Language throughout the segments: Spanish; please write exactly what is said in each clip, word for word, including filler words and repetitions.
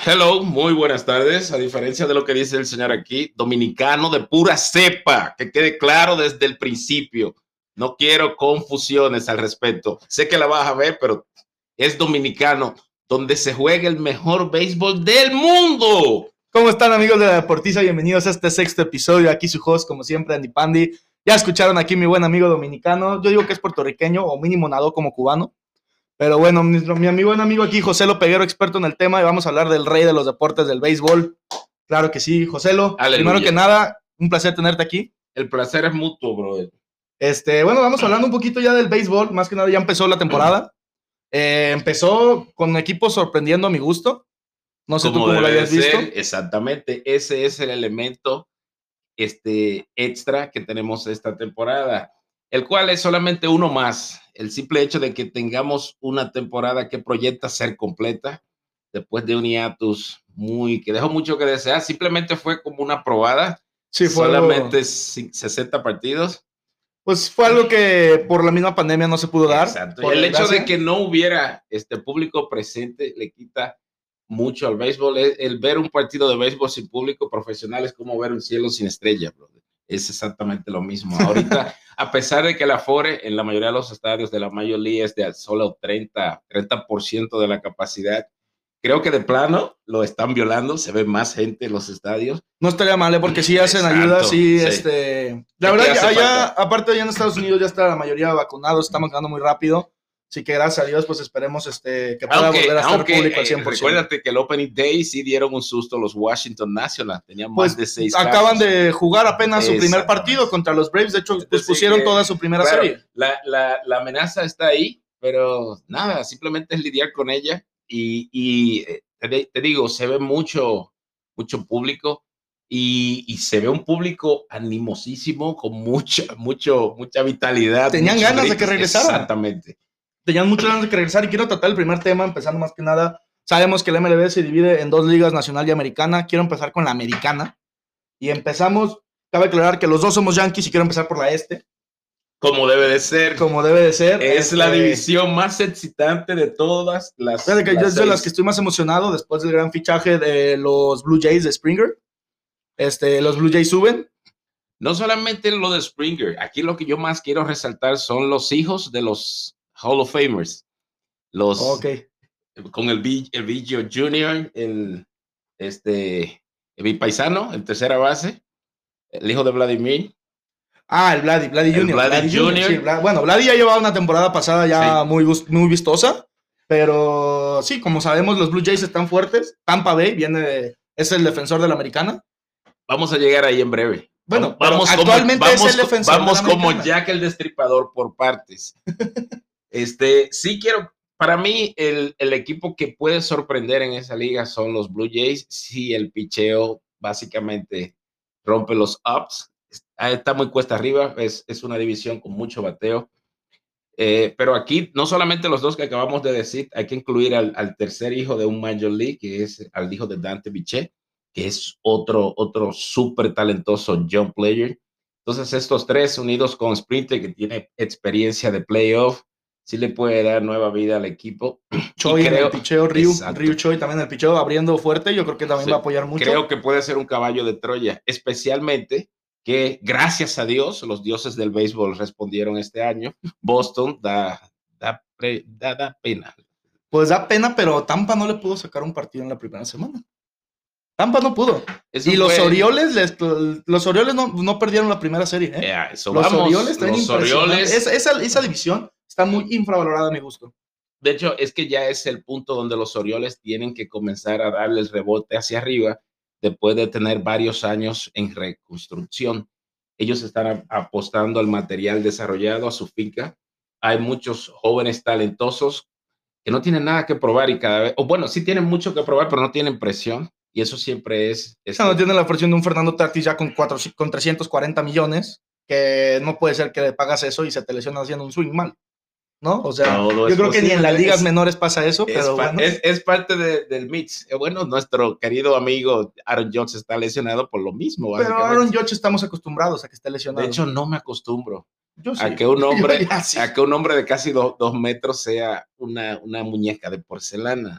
Hello, muy buenas tardes. A diferencia de lo que dice el señor aquí, dominicano de pura cepa, que quede claro desde el principio. No quiero confusiones al respecto. Sé que la vas a ver, pero es dominicano, donde se juega el mejor béisbol del mundo. ¿Cómo están, amigos de la Deportiza? Bienvenidos a este sexto episodio. Aquí su host, como siempre, Andy Pandy. Ya escucharon aquí mi buen amigo dominicano. Yo digo que es puertorriqueño o mínimo nadó como cubano. Pero bueno, mi, mi amigo, buen amigo aquí, Joselo Peguero, experto en el tema, y vamos a hablar del rey de los deportes del béisbol. Claro que sí, Joselo. Aleluya. Primero que nada, un placer tenerte aquí. El placer es mutuo, brother. Este, bueno, vamos hablando un poquito ya del béisbol. Más que nada, ya empezó la temporada. Eh, empezó con equipos sorprendiendo a mi gusto. No sé Como tú cómo lo hayas visto. Exactamente, ese es el elemento este, extra que tenemos esta temporada, el cual es solamente uno más. El simple hecho de que tengamos una temporada que proyecta ser completa después de un hiatus muy que dejó mucho que desear, simplemente fue como una probada. Sí, fue solamente algo... sesenta partidos. Pues fue algo que por la misma pandemia no se pudo dar. Exacto. Y el desgracia. hecho de que no hubiera este público presente le quita mucho al béisbol. El, el ver un partido de béisbol sin público profesional es como ver un cielo sin estrella, brother. Es exactamente lo mismo. Ahorita, a pesar de que el afore en la mayoría de los estadios de la Major League es de solo treinta por ciento de la capacidad, creo que de plano lo están violando. Se ve más gente en los estadios. No estaría mal, ¿eh? Porque sí hacen Exacto, ayuda, sí, sí. Este... La verdad, allá, allá aparte allá en Estados Unidos ya está la mayoría vacunados, estamos ganando muy rápido. Así que gracias a Dios, pues esperemos este, que pueda aunque, volver a estar aunque, público al cien por ciento. Recuérdate que el Opening Day sí dieron un susto los Washington Nationals. Tenían pues más de seis acaban casos. de jugar apenas su primer partido contra los Braves. De hecho, pues pusieron que, toda su primera claro, serie. La, la, la amenaza está ahí, pero nada, simplemente es lidiar con ella. Y, y te, te digo, se ve mucho, mucho público. Y, y se ve un público animosísimo, con mucha, mucho, mucha vitalidad. Tenían ganas gritos. de que regresara. Exactamente. Tenían muchas ganas de que regresar y quiero tratar el primer tema, empezando más que nada. Sabemos que el M L B se divide en dos ligas, nacional y americana. Quiero empezar con la americana. Y empezamos, cabe aclarar que los dos somos Yankees y quiero empezar por la este. Como debe de ser. Como debe de ser. Es este... la división más excitante de todas las. Fíjate que las yo es de las que estoy más emocionado después del gran fichaje de los Blue Jays de Springer. Este, los Blue Jays suben. No solamente lo de Springer, aquí lo que yo más quiero resaltar son los hijos de los Hall of Famers. Los, okay. Con el, B, el Biggio junior, el, este, el paisano, el tercera base, el hijo de Vladimir. Ah, el Vladi, Vladi el junior Vladi Vladi junior Sí, Vladi, bueno, Vladi ya llevaba una temporada pasada ya sí. muy, muy vistosa, pero sí, como sabemos, los Blue Jays están fuertes. Tampa Bay viene de, es el defensor de la americana. Vamos a llegar ahí en breve. Bueno, vamos actualmente como, vamos, es el defensor Vamos de la como Jack el Destripador por partes. este, sí quiero, para mí, el, el equipo que puede sorprender en esa liga son los Blue Jays. Si el picheo básicamente rompe los ups, está muy cuesta arriba, es, es una división con mucho bateo. Eh, pero aquí, no solamente los dos que acabamos de decir, hay que incluir al, al tercer hijo de un Major League, que es al hijo de Dante Bichette, que es otro, otro súper talentoso young player. Entonces, estos tres unidos con Sprinter, que tiene experiencia de playoff, sí le puede dar nueva vida al equipo. Choi, y creo, el picheo, Ryu, Ryu Choi también el picheo abriendo fuerte, yo creo que también sí, va a apoyar mucho. Creo que puede ser un caballo de Troya, especialmente que, gracias a Dios, los dioses del béisbol respondieron este año. Boston da, da, da, da pena. Pues da pena, pero Tampa no le pudo sacar un partido en la primera semana. Tampa no pudo. Eso y los fue... Orioles, les, los Orioles no, no perdieron la primera serie. ¿eh? Yeah, eso los vamos, Orioles están los impresionantes. Esa, esa, esa división está muy infravalorada a mi gusto. De hecho, es que ya es el punto donde los Orioles tienen que comenzar a darle el rebote hacia arriba después de tener varios años en reconstrucción. Ellos están apostando al material desarrollado, a su finca. Hay muchos jóvenes talentosos que no tienen nada que probar y cada vez, o bueno, sí tienen mucho que probar, pero no tienen presión. Y eso siempre es... es o sea, no tiene la presión de un Fernando Tatis ya con, cuatro, con trescientos cuarenta millones, que no puede ser que le pagas eso y se te lesiona haciendo un swing mal, ¿no? O sea, Todo yo creo posible. que ni en las ligas es, menores pasa eso, es pero pa, bueno. Es, es parte de, del mix. Bueno, nuestro querido amigo Aaron Judge está lesionado por lo mismo. Pero Aaron Judge estamos acostumbrados a que esté lesionado. De hecho, no me acostumbro. Yo sí. A que un hombre, yo sí. a que un hombre de casi do, dos metros sea una, una muñeca de porcelana.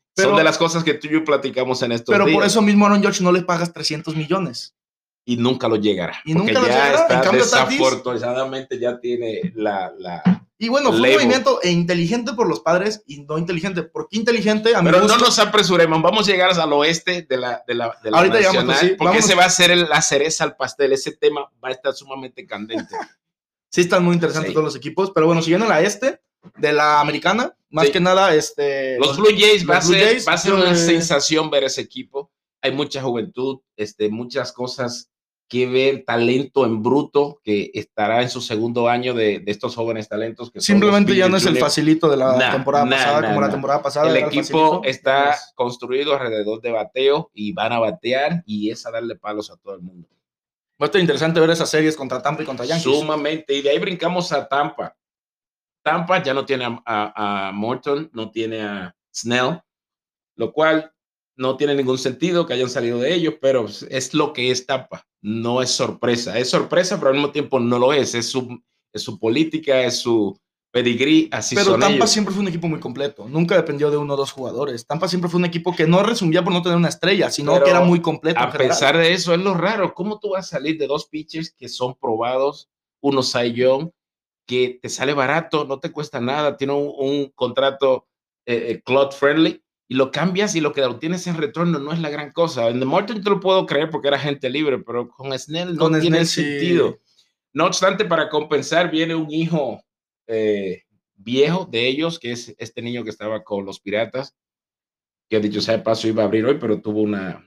Pero, son de las cosas que tú y yo platicamos en estos pero días. Pero por eso mismo a Aaron Judge no le pagas trescientos millones. Y nunca lo llegará. Y porque nunca lo ya llegará. está en cambio, desafortunadamente ya tiene la... la y bueno, fue label. Un movimiento inteligente por los Padres y no inteligente. ¿Por qué inteligente? A Pero gusto. no nos apresuremos. Vamos a llegar al oeste de la, de la, de la Ahorita nacional. Llegamos, sí. Porque Vámonos. ese va a ser el, la cereza al pastel. Ese tema va a estar sumamente candente. Sí, están muy interesantes sí. todos los equipos. Pero bueno, siguiendo la este de la americana, más sí. que nada, este. Los, los Blue Jays, los va, Blue a ser, Jays va a ser una eh... sensación ver ese equipo. Hay mucha juventud, este, muchas cosas que ver, talento en bruto, que estará en su segundo año de, de estos jóvenes talentos. Que Simplemente ya no es Junior. el facilito de la nah, temporada nah, pasada, nah, como nah. la temporada pasada. El era equipo el está pues... construido alrededor de bateo y van a batear y es a darle palos a todo el mundo. Va a estar interesante ver esas series contra Tampa y contra Yankees. Sumamente, y de ahí brincamos a Tampa. Tampa ya no tiene a, a, a Morton, no tiene a Snell, lo cual no tiene ningún sentido que hayan salido de ellos, pero es lo que es Tampa. No es sorpresa. Es sorpresa, pero al mismo tiempo no lo es. Es su, es su política, es su pedigrí, así pero son Tampa ellos. Siempre fue un equipo muy completo. Nunca dependió de uno o dos jugadores. Tampa siempre fue un equipo que no resumía por no tener una estrella, sino pero que era muy completo. A pesar de eso, es lo raro. ¿Cómo tú vas a salir de dos pitchers que son probados, uno Cy Young, que te sale barato, no te cuesta nada, tiene un, un contrato eh, club friendly, y lo cambias y lo que obtienes en retorno no es la gran cosa? En The Morton te lo puedo creer porque era gente libre, pero con Snell no con tiene Snell, sentido. Sí. No obstante, para compensar, viene un hijo eh, viejo de ellos, que es este niño que estaba con los Piratas, que dicho sea de paso iba a abrir hoy, pero tuvo una,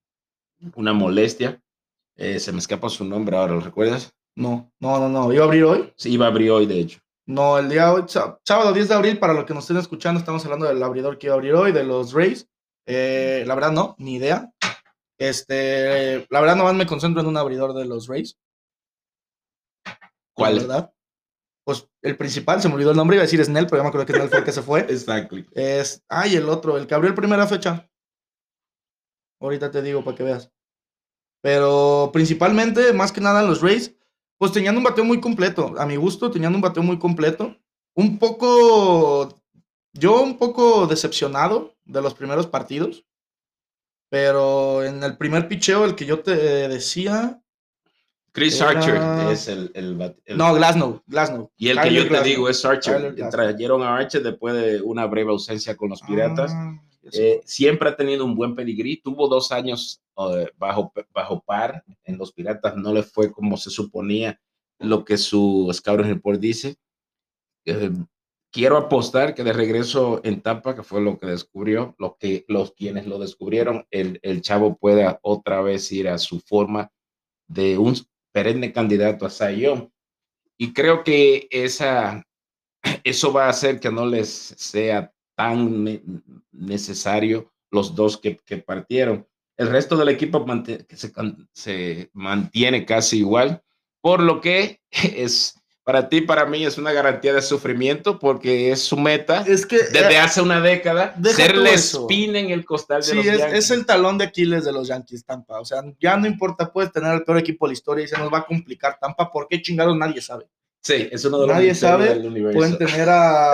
una molestia. Eh, se me escapa su nombre ahora, ¿lo recuerdas? No, no, no, no. ¿Iba a abrir hoy? Sí, iba a abrir hoy, de hecho. No, el día hoy, sábado diez de abril, para los que nos estén escuchando, estamos hablando del abridor que iba a abrir hoy, de los Rays. Eh, la verdad, no, ni idea. Este, la verdad, nomás me concentro en un abridor de los Rays. ¿Cuál? La verdad. Pues el principal, se me olvidó el nombre, iba a decir Snell, pero ya me acuerdo que Snell fue el que se fue. Exactly. Es, ay, el otro, el que abrió el primera fecha. Ahorita te digo para que veas. Pero principalmente, más que nada, los Rays, pues tenían un bateo muy completo. A mi gusto, tenían un bateo muy completo. Un poco, yo un poco decepcionado de los primeros partidos. Pero en el primer picheo, el que yo te decía... Chris era... Archer es el, el, el... No, Glasnow, Glasnow. Y el Tyler que yo te Glasnow. digo es Archer. Trajeron a Archer después de una breve ausencia con los Piratas. Ah, eh, siempre ha tenido un buen pedigrí. Tuvo dos años uh, bajo, bajo par en los Piratas. No le fue como se suponía lo que su Scouting Report dice. Eh, quiero apostar que de regreso en Tampa, que fue lo que descubrió, lo que los quienes lo descubrieron, el, el chavo pueda otra vez ir a su forma de un perenne candidato a Cy Young. Y creo que esa, eso va a hacer que no les sea tan ne necesario los dos que, que partieron. El resto del equipo se, se mantiene casi igual, por lo que es... Para ti, para mí, es una garantía de sufrimiento porque es su meta es que, desde eh, hace una década ser la eso. espina en el costal de sí, los es, Yankees. Es el talón de Aquiles de los Yankees, Tampa. O sea, ya no importa, puedes tener el peor equipo de la historia y se nos va a complicar Tampa. ¿Por qué chingados? Nadie sabe. Sí, es uno de los Nadie sabe. Del universo. Pueden tener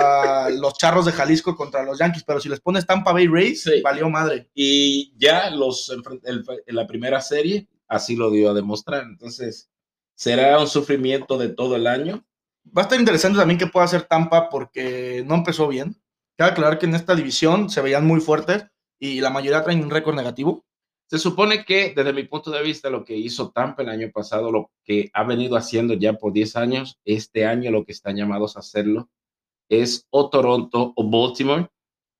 a los Charros de Jalisco contra los Yankees, pero si les pones Tampa Bay Rays, sí. Valió madre. Y ya los el, en la primera serie así lo dio a demostrar. Entonces, será un sufrimiento de todo el año. Va a estar interesante también qué pueda hacer Tampa porque no empezó bien. Cabe aclarar que en esta división se veían muy fuertes y la mayoría traen un récord negativo. Se supone que, desde mi punto de vista, lo que hizo Tampa el año pasado, lo que ha venido haciendo ya por diez años, este año lo que están llamados a hacerlo es o Toronto o Baltimore,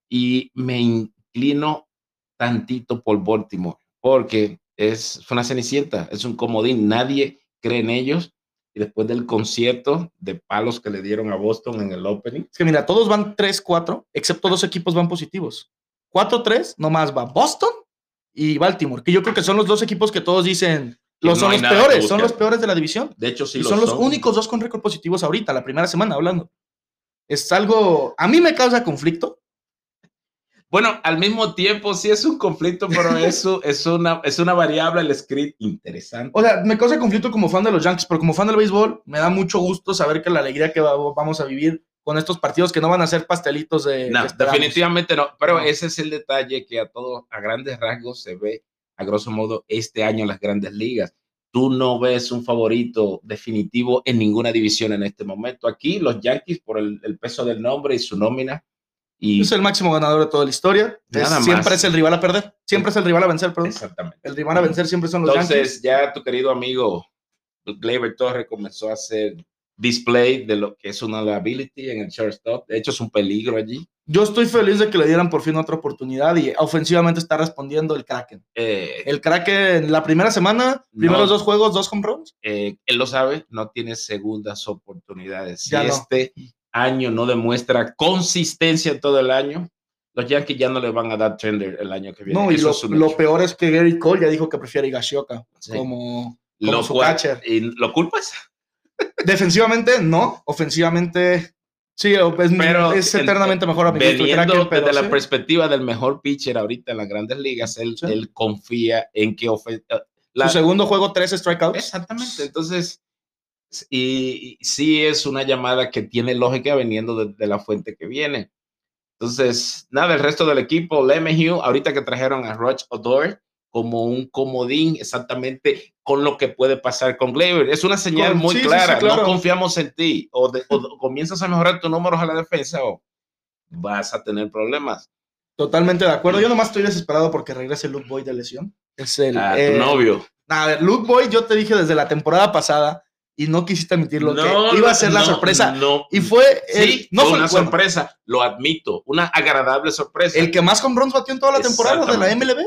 y me inclino tantito por Baltimore, porque es una cenicienta, es un comodín, nadie cree en ellos. Y después del concierto de palos que le dieron a Boston en el opening. Es que mira, todos van tres cuatro, excepto dos equipos van positivos. cuatro tres, nomás va Boston y Baltimore, que yo creo que son los dos equipos que todos dicen, los, no son los peores, son los peores de la división. De hecho, sí y lo son son. los únicos dos con récord positivos ahorita, la primera semana hablando. Es algo, a mí me causa conflicto. Bueno, al mismo tiempo sí es un conflicto, pero eso es una, es una variable el script interesante. O sea, me causa conflicto como fan de los Yankees, pero como fan del béisbol me da mucho gusto saber que la alegría que va, vamos a vivir con estos partidos que no van a ser pastelitos de... No, definitivamente no, pero no. Ese es el detalle que a todos, a grandes rasgos, se ve, a grosso modo, este año en las grandes ligas. Tú no ves un favorito definitivo en ninguna división en este momento. Aquí los Yankees, por el, el peso del nombre y su nómina. Y es el máximo ganador de toda la historia. Es, siempre es el rival a perder. Siempre es el rival a vencer, perdón. Exactamente. El rival a vencer siempre son los Entonces, Yankees. Entonces, ya tu querido amigo Gleyber Torres comenzó a hacer display de lo que es una liability en el shortstop. De hecho, es un peligro allí. Yo estoy feliz de que le dieran por fin otra oportunidad y ofensivamente está respondiendo el Kraken. Eh, el Kraken, la primera semana, primeros no, dos juegos, dos home runs. Eh, él lo sabe, no tiene segundas oportunidades. Si ya no. este año no demuestra consistencia todo el año, los Yankees ya no le van a dar tender el año que viene. No, y Eso lo, es un lo hecho. peor es que Gary Cole ya dijo que prefiere Higashioka sí. como, como lo su cual, catcher. ¿Y lo culpas? Defensivamente, no. Ofensivamente, sí, es, pero es eternamente el, mejor a mi gusto el Kraken, pero desde sí. la perspectiva del mejor pitcher ahorita en las grandes ligas, él, sí. él confía en que ofen- la, su segundo juego, tres strikeouts. Exactamente, entonces, y, y sí es una llamada que tiene lógica veniendo de, de la fuente que viene. Entonces, nada, el resto del equipo, LeMahieu, ahorita que trajeron a Roch Odor como un comodín exactamente con lo que puede pasar con Gleyber. Es una señal con, muy sí, clara, sí, sí, claro. No confiamos en ti, o, de, o comienzas a mejorar tus números a la defensa o vas a tener problemas. Totalmente de acuerdo, yo nomás estoy desesperado porque regrese Luke Boyd de lesión. Es el, a eh, tu novio. A ver, Luke Boyd, yo te dije desde la temporada pasada y no quisiste admitirlo, no, que iba a ser no, la sorpresa. No, y fue, el, sí, no fue, fue una bueno, sorpresa, lo admito, una agradable sorpresa. El que más home runs batió en toda la temporada de la M L B.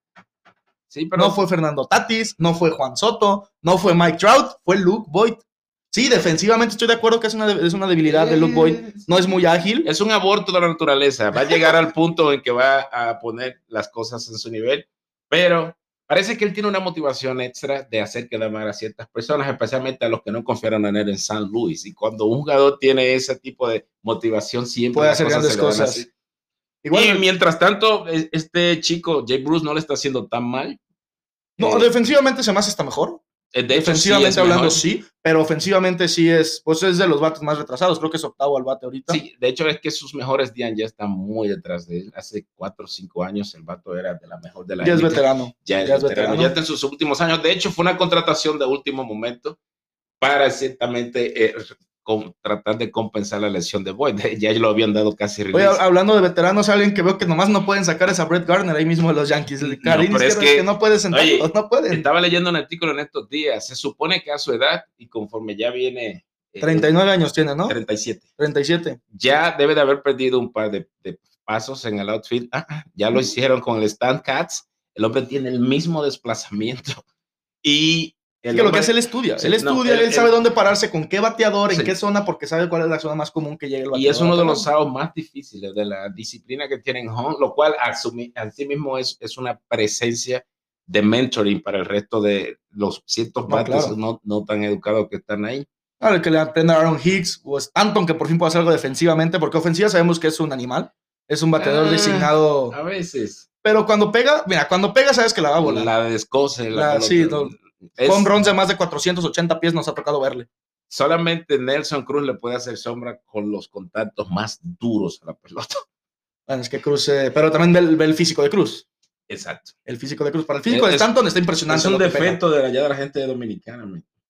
Sí, pero no fue Fernando Tatis, no fue Juan Soto, no fue Mike Trout, fue Luke Boyd. Sí, defensivamente estoy de acuerdo que es una, es una debilidad de Luke Boyd, no es muy ágil. Es un aborto de la naturaleza, va a llegar al punto en que va a poner las cosas en su nivel, pero parece que él tiene una motivación extra de hacer quedar mal a ciertas personas, especialmente a los que no confiaron en él en San Luis, y cuando un jugador tiene ese tipo de motivación siempre puede hacer grandes cosas. Igual, y mientras tanto, este chico, Jay Bruce, no le está haciendo tan mal. No, eh, defensivamente se me hace hasta mejor. De hecho, defensivamente sí hablando, mejor. sí, pero ofensivamente sí es, pues es de los bates más retrasados. Creo que es octavo al bate ahorita. Sí, de hecho es que sus mejores días ya están muy detrás de él. Hace cuatro o cinco años el vato era de la mejor de la Ya élite. es veterano. Ya, ya es veterano. Ya está en sus últimos años. De hecho, fue una contratación de último momento para ciertamente eh, con, tratar de compensar la lesión de Boyd. Ya lo habían dado casi release. Oye, hablando de veteranos, alguien que veo que nomás no pueden sacar es a Brett Gardner ahí mismo de los Yankees. El no, pero es que, que no puede sentarlos, oye, no pueden. Estaba leyendo un artículo en estos días. Se supone que a su edad y conforme ya viene... Eh, treinta y nueve años tiene, ¿no? treinta y siete. treinta y siete. Ya debe de haber perdido un par de, de pasos en el outfield. Ah, ya lo hicieron con el Stand Cats. El hombre tiene el mismo desplazamiento. Y el que hombre, lo que hace él estudia. Sí, él estudia, no, él, él sabe él, dónde pararse, con qué bateador, sí. en qué zona, porque sabe cuál es la zona más común que llega el bateador. Y es uno de los outs más difíciles de la disciplina que tienen home, lo cual asumi, así mismo es, es una presencia de mentoring para el resto de los ciertos no, bates claro. no, no tan educados que están ahí. Claro, el que le aprenda a Aaron Hicks o Stanton, que por fin puede hacer algo defensivamente, porque ofensiva sabemos que es un animal, es un bateador ah, designado. A veces. Pero cuando pega, mira, cuando pega sabes que la va a volar. La descoce. La, la, sí, no, es, home runs de más de cuatrocientos ochenta pies nos ha tocado verle. Solamente Nelson Cruz le puede hacer sombra con los contactos más duros a la pelota. Bueno, es que Cruz, eh, pero también ve el, ve el físico de Cruz. Exacto. El físico de Cruz. Para el físico es, de Stanton está impresionante. Es un defecto de allá de la gente dominicana.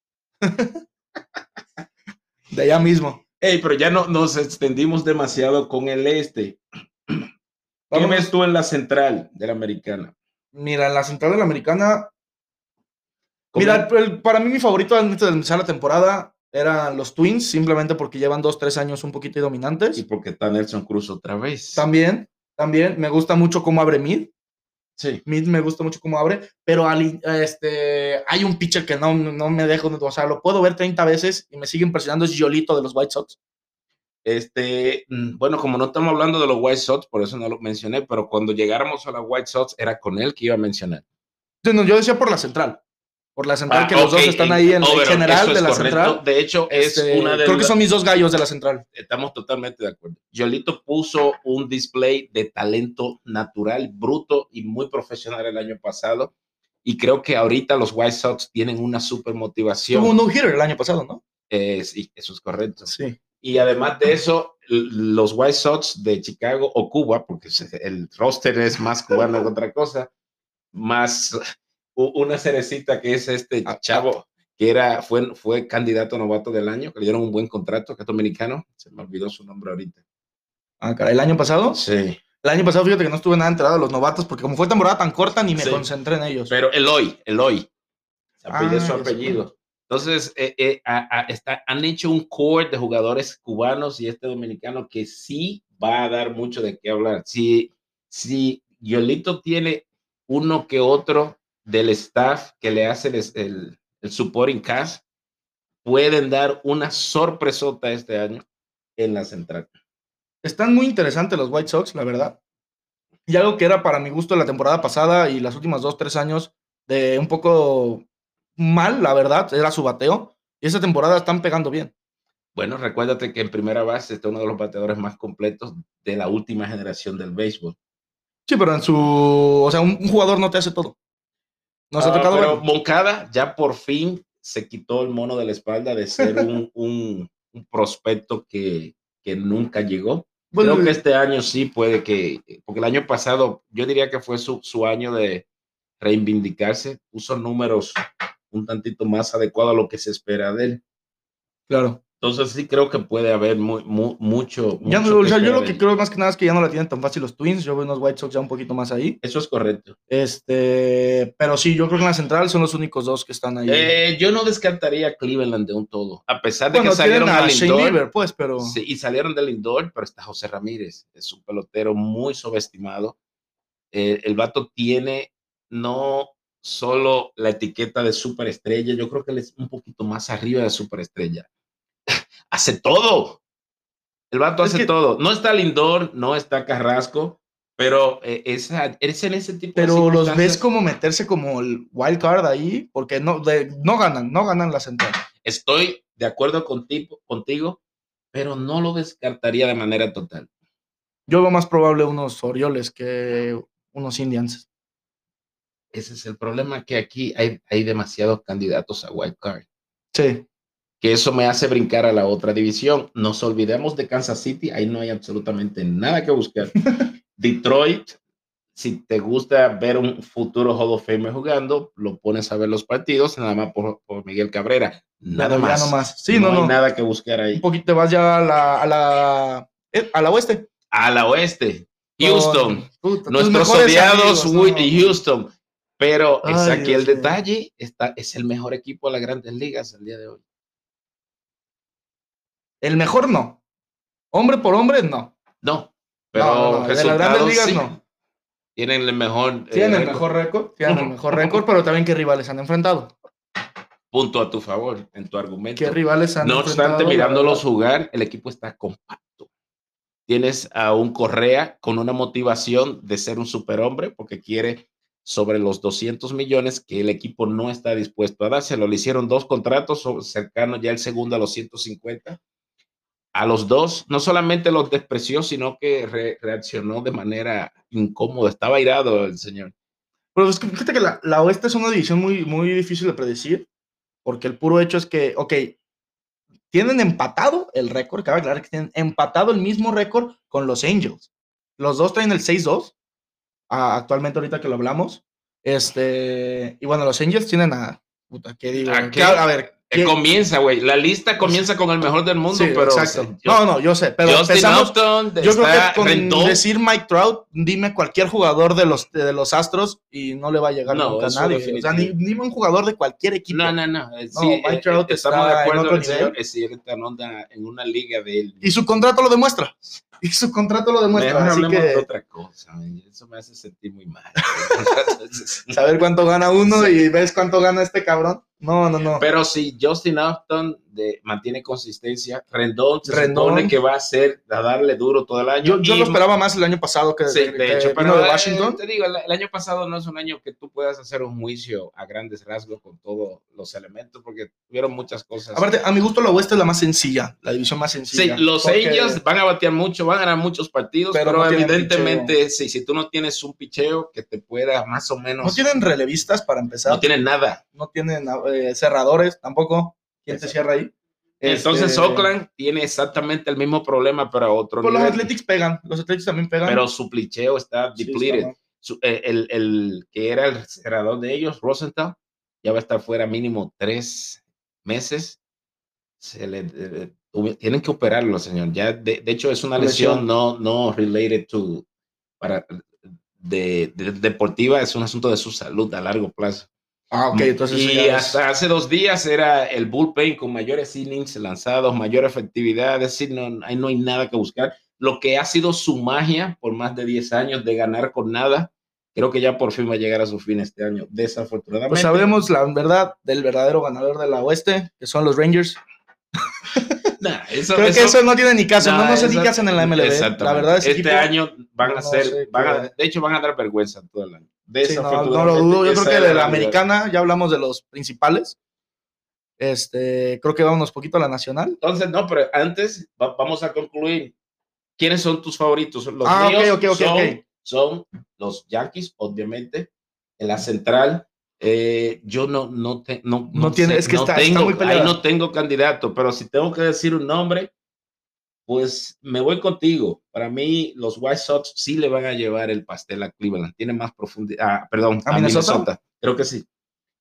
De allá mismo. Hey, pero ya no nos extendimos demasiado con el este. ¿Qué ves tú en la central de la americana? Mira, en la central de la americana. Mira, el, el, para mí mi favorito antes de empezar la temporada eran los Twins, simplemente porque llevan dos, tres años un poquito dominantes. Y porque está Nelson Cruz otra vez. También, también. Me gusta mucho cómo abre Mid. Sí. Mid me gusta mucho cómo abre, pero al, este, hay un pitcher que no, no me dejo, o sea, lo puedo ver treinta veces y me sigue impresionando, es Yolito de los White Sox. Este, bueno, como no estamos hablando de los White Sox, por eso no lo mencioné, pero cuando llegáramos a los White Sox era con él que iba a mencionar. Sí, no, yo decía por la central. Por la central, ah, que okay, los dos están ahí en el general de la correcto. Central. De hecho, este, es una de creo las... que son mis dos gallos de la central. Estamos totalmente de acuerdo. Yolito puso un display de talento natural, bruto y muy profesional el año pasado. Y creo que ahorita los White Sox tienen una super motivación. Tuvo un no-hitter el año pasado, ¿no? Eh, sí, eso es correcto. Sí. Y además de eso, los White Sox de Chicago o Cuba, porque el roster es más cubano que otra cosa, más una cerecita que es este chavo que era, fue, fue candidato a novato del año, que le dieron un buen contrato, que es dominicano, se me olvidó su nombre ahorita. Ah, caray, ¿el año pasado? Sí. El año pasado, fíjate que no estuve nada enterado de los novatos, porque como fue temporada tan corta, ni me sí. concentré en ellos. Pero Eloy, Eloy, se apellida ah, su apellido. Entonces, eh, eh, a, a, está, han hecho un core de jugadores cubanos y este dominicano que sí va a dar mucho de qué hablar. Si, si Yolito tiene uno que otro del staff que le hace el, el, el supporting cast, pueden dar una sorpresota este año en la central. Están muy interesantes los White Sox, la verdad. Y algo que era para mi gusto la temporada pasada y las últimas dos, tres años de un poco mal, la verdad, era su bateo. Y esa temporada están pegando bien. Bueno, recuérdate que en primera base está uno de los bateadores más completos de la última generación del béisbol. Sí, pero en su... O sea, un, un jugador no te hace todo. Nos uh, ha tocado pero ver. Moncada ya por fin se quitó el mono de la espalda de ser un, un, un prospecto que, que nunca llegó. Bueno, creo que este año sí puede que... Porque el año pasado yo diría que fue su, su año de reivindicarse. Puso números un tantito más adecuados a lo que se espera de él. Claro. Entonces sí creo que puede haber muy, muy, mucho... Ya mucho no, o sea, yo lo que creo más que nada es que ya no la tienen tan fácil los Twins. Yo veo unos White Sox ya un poquito más ahí. Eso es correcto. Este, pero sí, yo creo que en la central son los únicos dos que están ahí. Eh, yo no descartaría a Cleveland de un todo. A pesar de bueno, que salieron a del Shane indoor. Bieber, pues, pero... Sí, y salieron del indoor, pero está José Ramírez. Es un pelotero muy subestimado. Eh, el vato tiene no solo la etiqueta de superestrella, yo creo que él es un poquito más arriba de superestrella. Hace todo. El vato es hace que, todo. No está Lindor, no está Carrasco, pero eh, esa, es en ese tipo pero de Pero los ves como meterse como el wild card ahí, porque no, de, no ganan, no ganan la central. Estoy de acuerdo contigo, contigo, pero no lo descartaría de manera total. Yo veo más probable unos Orioles que unos Indians. Ese es el problema, que aquí hay, hay demasiados candidatos a wild card. Sí. Que eso me hace brincar a la otra división. Nos olvidemos de Kansas City, ahí no hay absolutamente nada que buscar. Detroit, si te gusta ver un futuro Hall of Fame jugando, lo pones a ver los partidos, nada más por, por Miguel Cabrera. Nada Pero más. Ya no más. Sí, no, no, hay no. nada que buscar ahí. Un poquito te vas ya a la, a la, a la oeste. A la oeste. Houston. Con, puta, nuestros odiados amigos, no. Houston. Pero Ay, es aquí Dios el mío. detalle, está, es el mejor equipo de las grandes ligas el día de hoy. El mejor no. Hombre por hombre, no. No, pero no, no, no. De las grandes ligas sí. no. Tienen el mejor Tienen eh, el mejor récord, tienen el mejor récord, pero también qué rivales han enfrentado. Punto a tu favor en tu argumento. ¿Qué rivales han no enfrentado? No obstante, mirándolos jugar, el equipo está compacto. Tienes a un Correa con una motivación de ser un superhombre porque quiere sobre los doscientos millones que el equipo no está dispuesto a dárselo. Le hicieron dos contratos cercanos ya el segundo a los ciento cincuenta. A los dos, no solamente los despreció, sino que re reaccionó de manera incómoda. Estaba airado el señor. Pero es que fíjate que la, la oeste es una división muy, muy difícil de predecir, porque el puro hecho es que, ok, tienen empatado el récord, cabe aclarar que tienen empatado el mismo récord con los Angels. Los dos traen el seis dos, uh, actualmente ahorita que lo hablamos. Este, y bueno, los Angels tienen a, puta, ¿qué digo? ¿A, qué? a ver, ¿qué? Comienza, güey. La lista comienza con el mejor del mundo, sí, pero... Exacto. Yo, no, no, yo sé, pero Justin empezamos... Upton, yo creo que con Rendón. decir Mike Trout, dime cualquier jugador de los, de los Astros y no le va a llegar no, nunca a nadie. O sea, ni, dime un jugador de cualquier equipo. No, no, no. Sí, no Mike Trout eh, estamos está de acuerdo en otro el nivel. Señor, es cierto, en, onda, en una liga de él. Y su contrato lo demuestra. Y su contrato lo demuestra. Mejor así que... de otra cosa, man. Eso me hace sentir muy mal. Saber cuánto gana uno sí. y ves cuánto gana este cabrón. No, no, no. Pero si Justin Upton de, mantiene consistencia, Rendón se Rendón. supone que va a ser a darle duro todo el año. Yo, yo lo esperaba más el año pasado que, sí, de, que hecho, pero de Washington. Eh, te digo, el, el año pasado no es un año que tú puedas hacer un juicio a grandes rasgos con todos los elementos, porque tuvieron muchas cosas. Aparte, a mi gusto la oeste es la más sencilla, la división más sencilla. Sí, los porque... Angels van a batear mucho, van a ganar muchos partidos, pero, pero no evidentemente, sí, si tú no tienes un picheo que te pueda más o menos... No tienen relevistas para empezar. No tienen nada. No tienen eh, cerradores tampoco. ¿Quién Exacto. te cierra ahí? Entonces Este, Oakland tiene exactamente el mismo problema, pero a otro Pues los nivel. Athletics pegan, los Athletics también pegan. Pero su plicheo está Sí, depleted. está mal. Su- eh, el, el que era el cerrador de ellos, Rosenthal, ya va a estar fuera mínimo tres meses. Se le, eh, tuvi- tienen que operarlo, señor. Ya de, de hecho es una lesión, Lesión. no, no related to para de, de- deportiva, es un asunto de su salud a largo plazo. Ah, ok, entonces eso Y ya hasta es... hace dos días era el bullpen con mayores innings lanzados, mayor efectividad, es decir, no, ahí no hay nada que buscar. Lo que ha sido su magia por más de diez años de ganar con nada, creo que ya por fin va a llegar a su fin este año, desafortunadamente. Pues sabremos la verdad del verdadero ganador de la oeste, que son los Rangers. Nah, eso, Creo eso, que eso no tiene ni caso, nah, no, no sé eso, ni qué hacen en la M L B. exactamente. La verdad, ese este equipo, año van no, a no ser, sé van a, qué... de hecho van a dar vergüenza todo el año. Sí, no, no lo Desafortunadamente, dudo. Yo esa creo que es de la realidad. americana ya hablamos de los principales. Este, creo que vámonos poquito a la nacional. Entonces, no, pero antes va- vamos a concluir. ¿Quiénes son tus favoritos? Los Ah, míos ok, ok, ok, son, ok. son los Yankees, obviamente. En la central, eh, yo no, no, te, no, No no tiene, sé, es que no está, tengo, está muy ahí peleada. no tengo candidato, pero si tengo que decir un nombre, pues me voy contigo. Para mí, los White Sox sí le van a llevar el pastel a Cleveland. Tiene más profundidad, ah, perdón, ¿A a Minnesota? Minnesota. Creo que sí.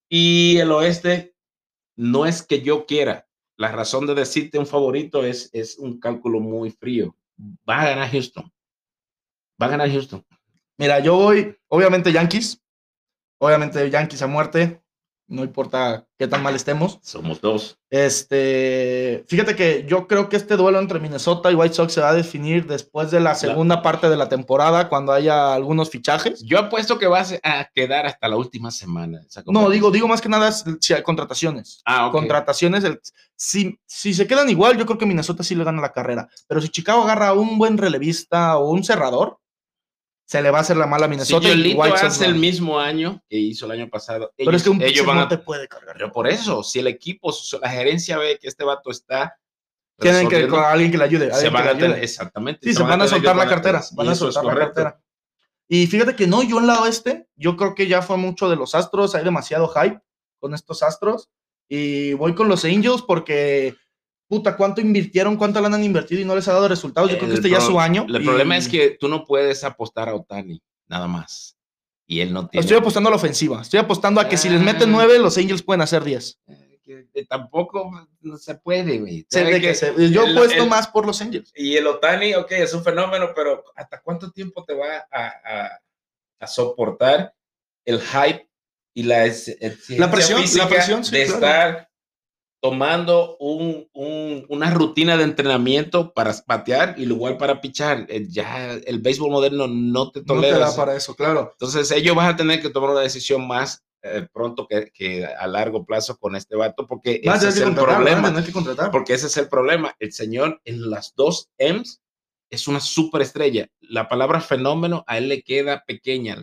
Y el oeste, no es que yo quiera. La razón de decirte un favorito es, es un cálculo muy frío. Va a ganar Houston. Va a ganar Houston. Mira, yo voy, obviamente Yankees. Obviamente Yankees a muerte. No importa qué tan mal estemos. Somos dos. Este, fíjate que yo creo que este duelo entre Minnesota y White Sox se va a definir después de la segunda La, parte de la temporada, cuando haya algunos fichajes. yo apuesto que va a quedar hasta la última semana. Esa No, digo, digo más que nada si hay contrataciones. Ah, ok. Contrataciones, el, si, si se quedan igual, yo creo que Minnesota sí le gana la carrera. Pero si Chicago agarra un buen relevista o un cerrador, se le va a hacer la mala a Minnesota. Si Y Yolito White Sox hace va. el mismo año que hizo el año pasado, Pero ellos, es que un ellos pitcher van no a... te puede cargar. Pero por eso, si el equipo, la gerencia ve que este vato está tienen que con alguien que le ayude. se van a tener, exactamente. Sí, se, se van, van a soltar la cartera. A, van a soltar la cartera. Y fíjate que no, yo en la oeste, yo creo que ya fue mucho de los Astros, hay demasiado hype con estos Astros. Y voy con los Angels porque, puta, ¿cuánto invirtieron? ¿Cuánto le han invertido y no les ha dado resultados? Yo el creo que este pro, ya es su año. El y... problema es que tú no puedes apostar a Ohtani, nada más. Y él no tiene. Estoy apostando a la ofensiva. Estoy apostando a que ah, si les meten nueve, los Angels pueden hacer diez. Que tampoco no se puede, güey. Sí, de que se, yo el, apuesto el, más por los Angels. Y el Ohtani, ok, es un fenómeno, pero ¿hasta cuánto tiempo te va a, a, a soportar el hype y la, la presión, la presión sí, de claro. estar tomando un, un, una rutina de entrenamiento para batear y igual para pichar? Ya el béisbol moderno no te tolera. No te da para eso, claro. Entonces ellos van a tener que tomar una decisión más eh, pronto que, que a largo plazo con este vato, porque va, ese es el problema. Que porque ese es el problema. El señor en las dos M's es una superestrella. La palabra fenómeno a él le queda pequeña.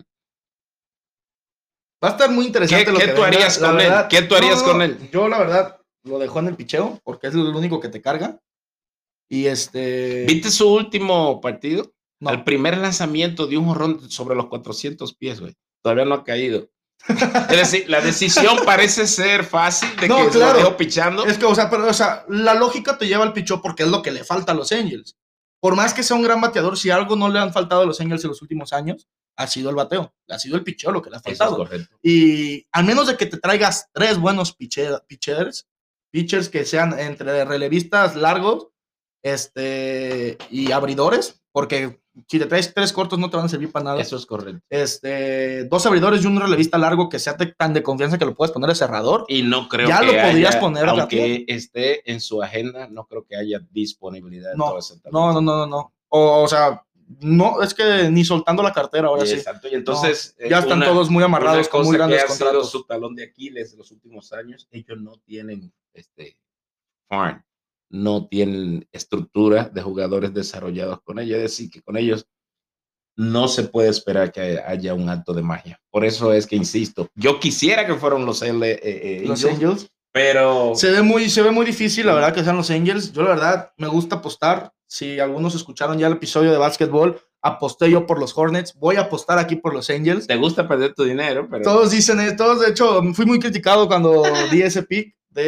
Va a estar muy interesante. ¿Qué, lo ¿qué que tú venga. harías la con verdad, él? ¿Qué tú harías no, con él? Yo, la verdad, lo dejó en el picheo porque es lo único que te carga. Y este. ¿Viste su último partido? No. El primer lanzamiento de un jorrón sobre los cuatrocientos pies, güey. Todavía no ha caído. Es decir, la decisión parece ser fácil de no, que claro. lo dejó pichando. Es que, o sea, pero, o sea, la lógica te lleva al pichó porque es lo que le falta a los Angels. Por más que sea un gran bateador, si algo no le han faltado a los Angels en los últimos años, ha sido el bateo, ha sido el picheo lo que le ha faltado. Eso es correcto. Y al menos de que te traigas tres buenos pitcher, pitchers, pitchers que sean entre relevistas largos este, y abridores, porque si te traes tres cortos no te van a servir para nada. Eso es correcto. Este, dos abridores y un relevista largo que sea tan de confianza que lo puedes poner de cerrador. Y no creo ya que lo podrías haya, poner aunque esté en su agenda, no creo que haya disponibilidad. No, de todo ese no, no, no, no. O, o sea, no, es que ni soltando la cartera ahora y sí. Exacto, y entonces no, ya están una, todos muy amarrados con muy grandes que ha contratos. Sido su talón de Aquiles en los últimos años, ellos no tienen este farm, no tienen estructura de jugadores desarrollados con ellos, es decir, que con ellos no se puede esperar que haya un acto de magia. Por eso es que insisto, yo quisiera que fueran los, L, eh, eh, los Angels, Angels, pero se ve muy, se ve muy difícil, la verdad, que sean los Angels. Yo la verdad me gusta apostar. Si algunos escucharon ya el episodio de básquetbol, aposté yo por los Hornets. Voy a apostar aquí por los Angels. Te gusta perder tu dinero, pero todos dicen, todos de hecho, fui muy criticado cuando di ese pick, de hecho.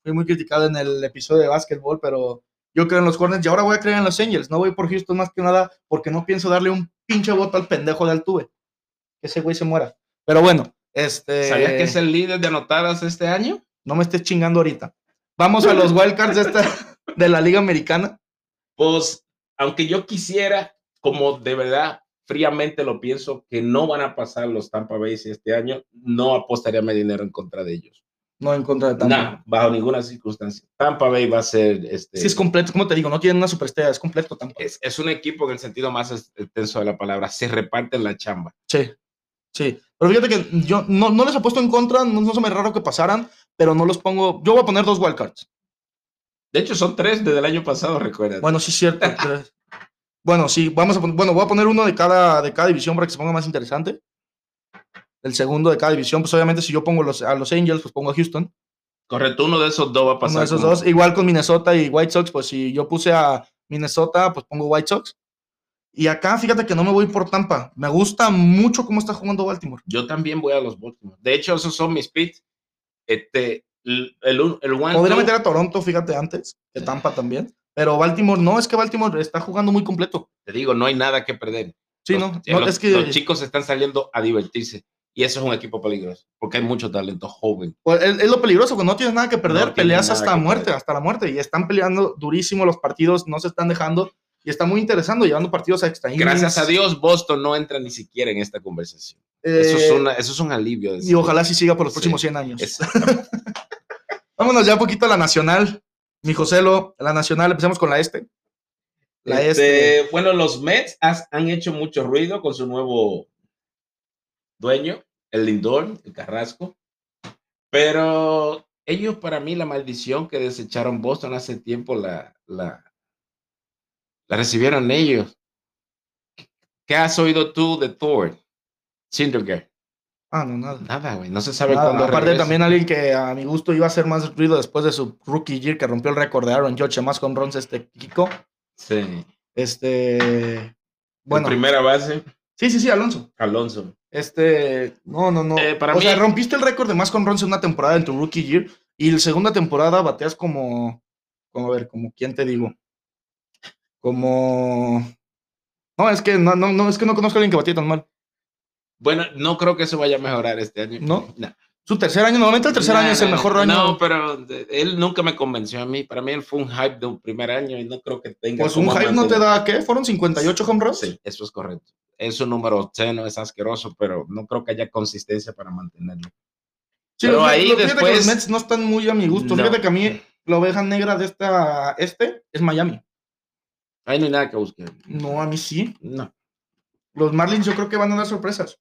fui muy criticado en el episodio de básquetbol, pero yo creo en los Hornets y ahora voy a creer en los Angels. No voy por Houston más que nada porque no pienso darle un pinche voto al pendejo de Altuve. Que ese güey se muera. Pero bueno, este... ¿Sabías que es el líder de anotadas este año? No me estés chingando ahorita. Vamos a los wildcards de, esta, de la Liga Americana. Pues, aunque yo quisiera, como de verdad, fríamente lo pienso, que no van a pasar los Tampa Bay este año, no apostaría mi dinero en contra de ellos. No en contra de Tampa. No, bajo ninguna circunstancia. Tampa Bay va a ser... Este, sí, es completo, como te digo, no tiene una superestrella, es completo Tampa. Es, es un equipo en el sentido más extenso de la palabra, se reparten la chamba. Sí, sí. Pero fíjate que yo no, no les apuesto en contra, no, no se me raro que pasaran, pero no los pongo... Yo voy a poner dos wildcards. De hecho, son tres desde el año pasado, recuerda. Bueno, sí es cierto. Bueno, sí, vamos a poner... Bueno, voy a poner uno de cada, de cada división para que se ponga más interesante. El segundo de cada división, pues obviamente si yo pongo los, a los Angels, pues pongo a Houston. Correcto, uno de esos dos va a pasar. Uno de esos como... dos. Igual con Minnesota y White Sox, pues si yo puse a Minnesota, pues pongo White Sox. Y acá, fíjate que no me voy por Tampa. Me gusta mucho cómo está jugando Baltimore. Yo también voy a los Baltimore. De hecho, esos son mis picks. Este, el, el, el one Podría two... meter a Toronto, fíjate, antes, que Tampa también. Pero Baltimore, no, es que Baltimore está jugando muy completo. Te digo, no hay nada que perder. Sí, los, no, no los, es que... los chicos están saliendo a divertirse. Y eso es un equipo peligroso, porque hay mucho talento joven. Pues es, es lo peligroso, que no tienes nada que perder, no peleas hasta muerte, perder. hasta la muerte. Y están peleando durísimo los partidos, no se están dejando. Y está muy interesante, llevando partidos a extra innings. Gracias a Dios, Boston no entra ni siquiera en esta conversación. Eh, eso, es una, eso es un alivio. Y ojalá sí siga por los próximos sí, cien años. Vámonos ya un poquito a la nacional. Mi Joselo, la nacional, empecemos con la este. La este, este. Bueno, los Mets has, han hecho mucho ruido con su nuevo dueño, el Lindor, el Carrasco. Pero ellos, para mí, la maldición que desecharon Boston hace tiempo la... la La recibieron ellos. ¿Qué has oído tú de Thor? Syndergaard. Ah, no, nada. Nada, güey. No se sabe nada, cuándo aparte regresa. También alguien que a mi gusto iba a hacer más ruido después de su rookie year, que rompió el récord de Aaron Judge, más con runs este Kiko. Sí. Este... Bueno. ¿En primera base? Sí, sí, sí, Alonso. Alonso. Este... No, no, no. Eh, para o mí... sea, rompiste el récord de más con runs en una temporada en tu rookie year, y la segunda temporada bateas como... Como a ver, como quién te digo... Como... No, es que no, no, no, es que no conozco a alguien que batía tan mal. Bueno, no creo que eso vaya a mejorar este año. ¿No? No. Su tercer año, normalmente el tercer no, año es el no, mejor año. No, pero él nunca me convenció a mí. Para mí él fue un hype de un primer año y no creo que tenga... Pues un hype mantener. No te da, ¿qué? ¿Fueron cincuenta y ocho home runs? Sí, eso es correcto. Es un número obsceno, es asqueroso, pero no creo que haya consistencia para mantenerlo. Sí, pero los, ahí los, después... que los Mets no están muy a mi gusto. No. Fíjate que a mí la oveja negra de esta este es Miami. Ahí no hay nada que buscar. No, a mí sí. No. Los Marlins yo creo que van a dar sorpresas.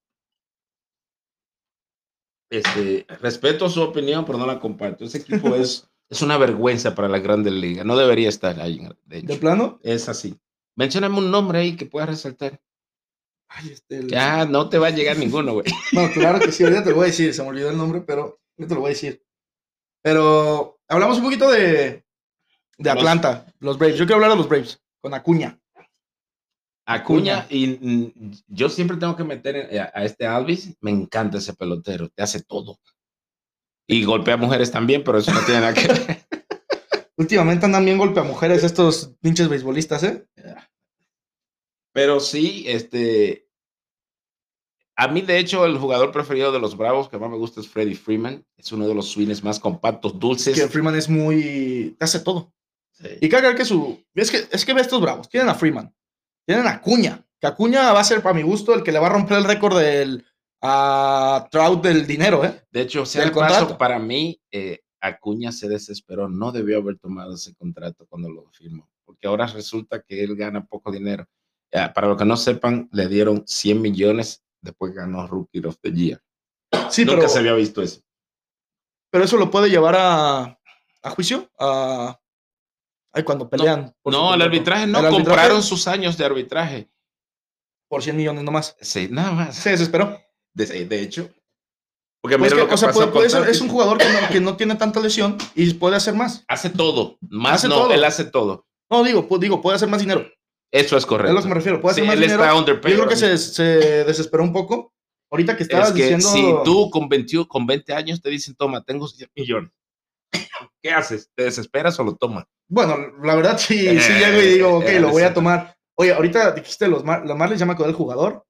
Este, respeto su opinión, pero no la comparto. Ese equipo es, es una vergüenza para la Grandes Ligas. No debería estar ahí. De, hecho. ¿De plano? Es así. Mencióname un nombre ahí que puedas resaltar. Ay, este, el... Ya, no te va a llegar ninguno, güey. No, claro que sí. Ahorita te lo voy a decir. Se me olvidó el nombre, pero ahorita te lo voy a decir. Pero hablamos un poquito de, de Atlanta, los, los Braves. Yo quiero hablar de los Braves, con Acuña. Acuña, y mm, yo siempre tengo que meter a, a este Alvis. Me encanta ese pelotero, te hace todo. Y golpea a mujeres también, pero eso no tiene nada que ver. Últimamente andan bien golpea a mujeres estos pinches beisbolistas, ¿eh? Pero sí, este... A mí, de hecho, el jugador preferido de los Bravos que más me gusta es Freddie Freeman. Es uno de los swings más compactos, dulces. Es que Freeman es muy... te hace todo. Sí. Y cagar que su... Es que, es que ve estos Bravos. Tienen a Freeman. Tienen a Acuña. Que Acuña va a ser, para mi gusto, el que le va a romper el récord del... a Trout del dinero, ¿eh? De hecho, sea el paso, para mí, eh, Acuña se desesperó. No debió haber tomado ese contrato cuando lo firmó. Porque ahora resulta que él gana poco dinero. Eh, para los que no sepan, le dieron cien millones. Después ganó Rookie of the Year. Sí, Nunca pero, se había visto eso. Pero eso lo puede llevar a, a juicio. A, ay, cuando pelean. No, no el arbitraje no. El compraron arbitraje, sus años de arbitraje. Por cien millones nomás. Sí, nada más. Se desesperó. De, de hecho. Porque pues mira que, lo que o sea, pasó puede, puede ser, es un jugador que no, que no tiene tanta lesión y puede hacer más. Hace todo. Más hace no, todo. Él hace todo. No, digo, pues, digo, puede hacer más dinero. Eso es correcto. Es lo que me refiero. Puede hacer sí, más él dinero. Está underpaid, yo creo que se, se desesperó un poco. Ahorita que estabas es que diciendo... si tú con veinte, con veinte años te dicen, toma, tengo cien millones. ¿qué haces? ¿Te desesperas o lo tomas? Bueno, la verdad sí, eh, sí llego y digo, ok, eh, lo voy a tomar. Oye, ahorita dijiste los, Mar los Marlins, ya me acordé del jugador.